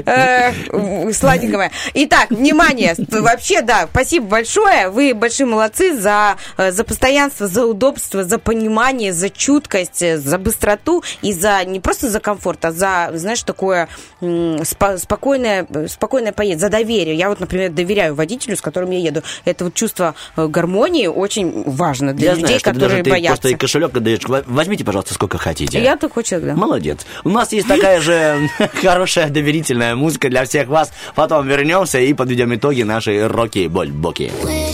идет. Сладенькая. Итак, внимание. Вообще, да, спасибо большое. Вы большие молодцы за, за постоянство, за удобство, за понимание, за чуткость, за быстроту и за не просто за комфорт, а за, знаешь, такое спо- спокойное, спокойное поездка, за доверие. Я вот, например, доверяю водителю, с которым я еду. Это вот чувство гармонии очень важно для я людей, знаю, которые ты боятся. Просто и кошелек отдаешь. Возьмите, пожалуйста, сколько хотите. Я такой человек, да. Молодец. У нас есть такая же хорошая доверительная музыка для всех вас. Потом вернемся и подведем итоги нашей Роки-Бульбоки.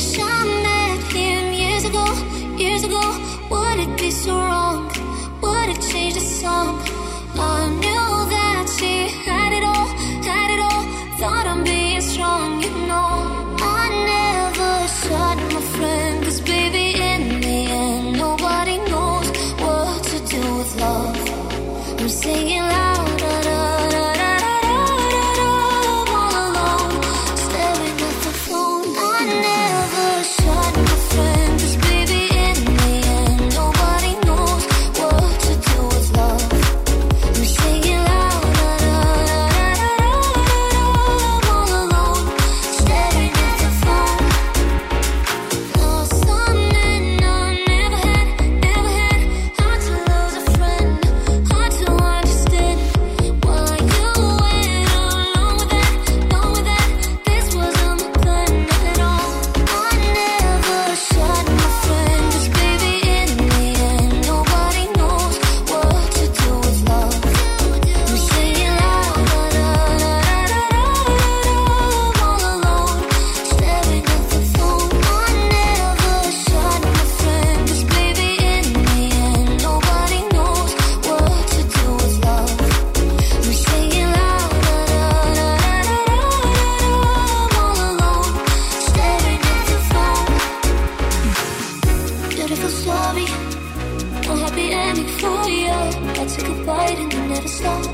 I'm singing loud, da, da, da, da, da, da, da, all alone, staring at the phone. I never shot my friend, 'cause baby, in the end, nobody knows what to do with love. I'm singing loud, da, da, da, da, da, da, all alone, staring at the phone. Lost something I never had, never had. Hard to lose a friend, hard to understand why you went along with that, along with that. This wasn't my plan at all. I never shot my friend, 'cause baby, in the end, nobody knows what to do with love. I'm singing loud, da, da, da, da, da, da, all alone, staring at the phone. I never shot my friend, 'cause baby, in the end, nobody knows what to do with love. I'm singing loud, da, da, da, da, da, all alone, staring at the phone. Beautiful story, no happy ending for you. I took a bite and you never stopped.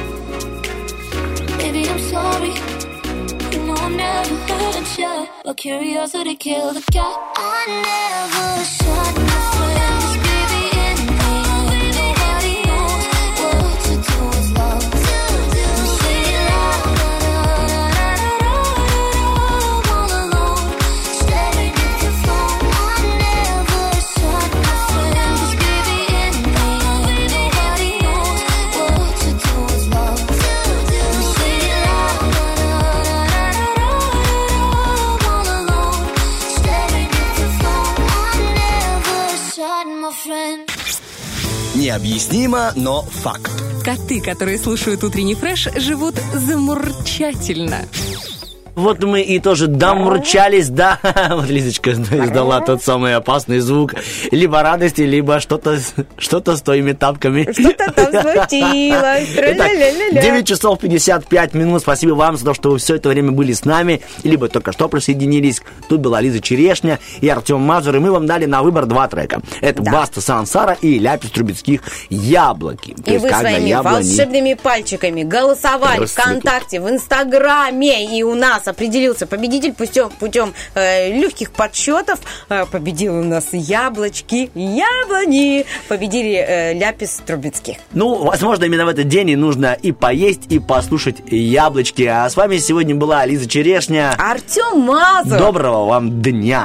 Baby, I'm sorry, you know I never hurt you, but curiosity killed the cat. I never shot my friend, 'cause baby, in the end, nobody knows what to do with love. I'm singing loud, da, da, da, da, da, all alone, staring at the phone. I never shot my friend, 'cause baby, in the end, nobody knows what to do with love. I'm singing loud, da, da, da, da, all alone, staring at the phone. I never shot my friend. Необъяснимо, но факт. Коты, которые слушают утренний фреш, живут замурчательно. Вот мы и тоже домурчались, да. Вот Лизочка издала тот самый опасный звук. Либо радости, либо что-то что-то с твоими тапками. Что-то там случилось. Итак, девять часов пятьдесят пять минут. Спасибо вам за то, что вы все это время были с нами, либо только что присоединились. Тут была Лиза Черешня и Артем Мазур, и мы вам дали на выбор два трека. Это да. Баста Сансара и Ляпис Трубецких «Яблоки». И вы своими яблони... волшебными пальчиками голосовали Расцветут. ВКонтакте, в Инстаграме, и у нас определился победитель путем, путем э, легких подсчетов. Э, победил у нас яблочки, яблони. Победили э, Ляпис Трубецких. Ну, возможно, именно в этот день и нужно и поесть, и послушать яблочки. А с вами сегодня была Лиза Черешня. Артем Мазур. Доброго вам дня.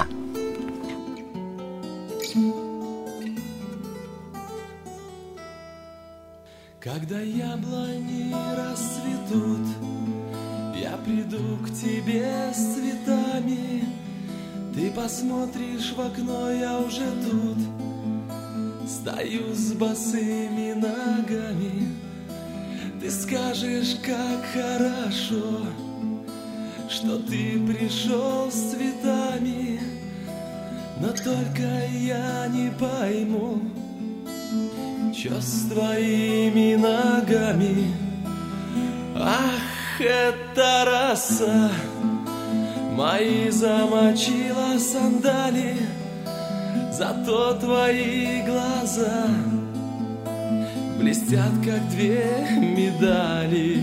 Когда яблони расцветут, я приду к тебе с цветами. Ты посмотришь в окно, я уже тут. Стою с босыми ногами. Ты скажешь, как хорошо, что ты пришел с цветами. Но только я не пойму, чё с твоими ногами. Ах, эта роса мои замочила сандали, зато твои глаза блестят, как две медали.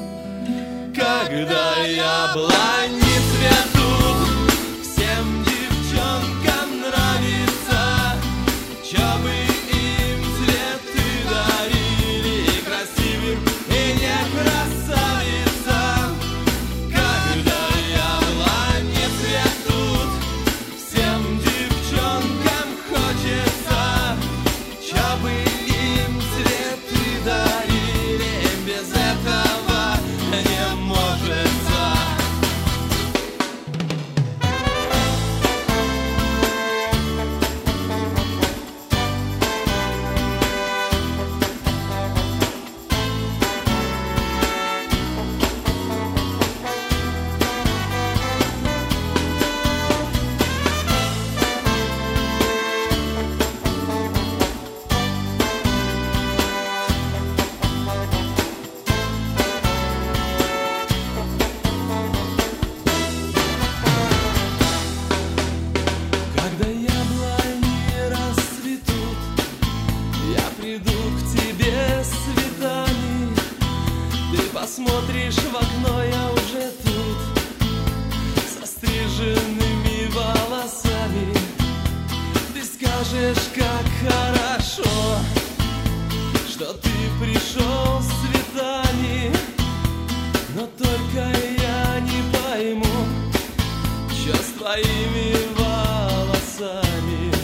Когда яблони цветут, всем девчонкам нравится, чё бы им цветы дарили красивым и не красавицам. Когда яблони цветут, всем девчонкам хочется, чё бы им цветы дарили, без этого не может. Посмотришь в окно, я уже тут, со стриженными волосами. Ты скажешь, как хорошо, что ты пришел с цветами. Но только я не пойму, что с твоими волосами.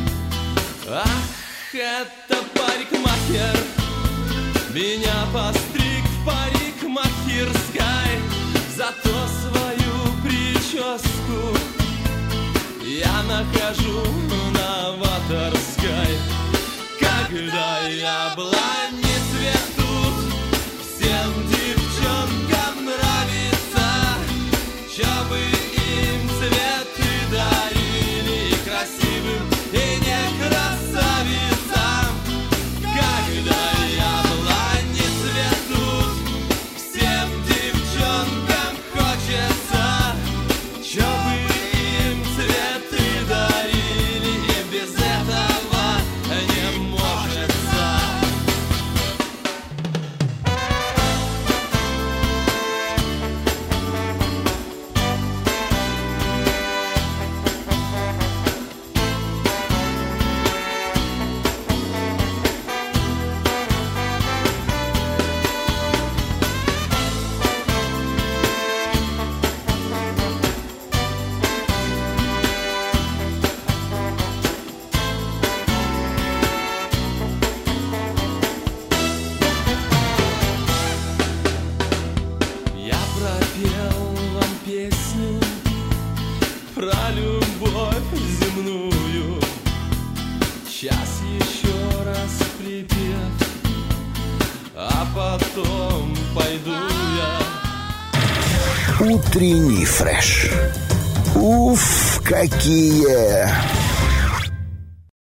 Ах, это парикмахер меня постриг в парикмахерской. Зато свою прическу я нахожу новаторской. Когда яблони цветут, всем девчонкам нравится, чё бы им цветы дарили красивым и не красавицам. Когда яблони цветут, всем девчонкам хочется, чё бы им цветы дарили, и без этого не может. Я пропел вам песню про любовь земную. Сейчас еще раз припев, а потом пойду я. Утренний фреш. Уф, какие!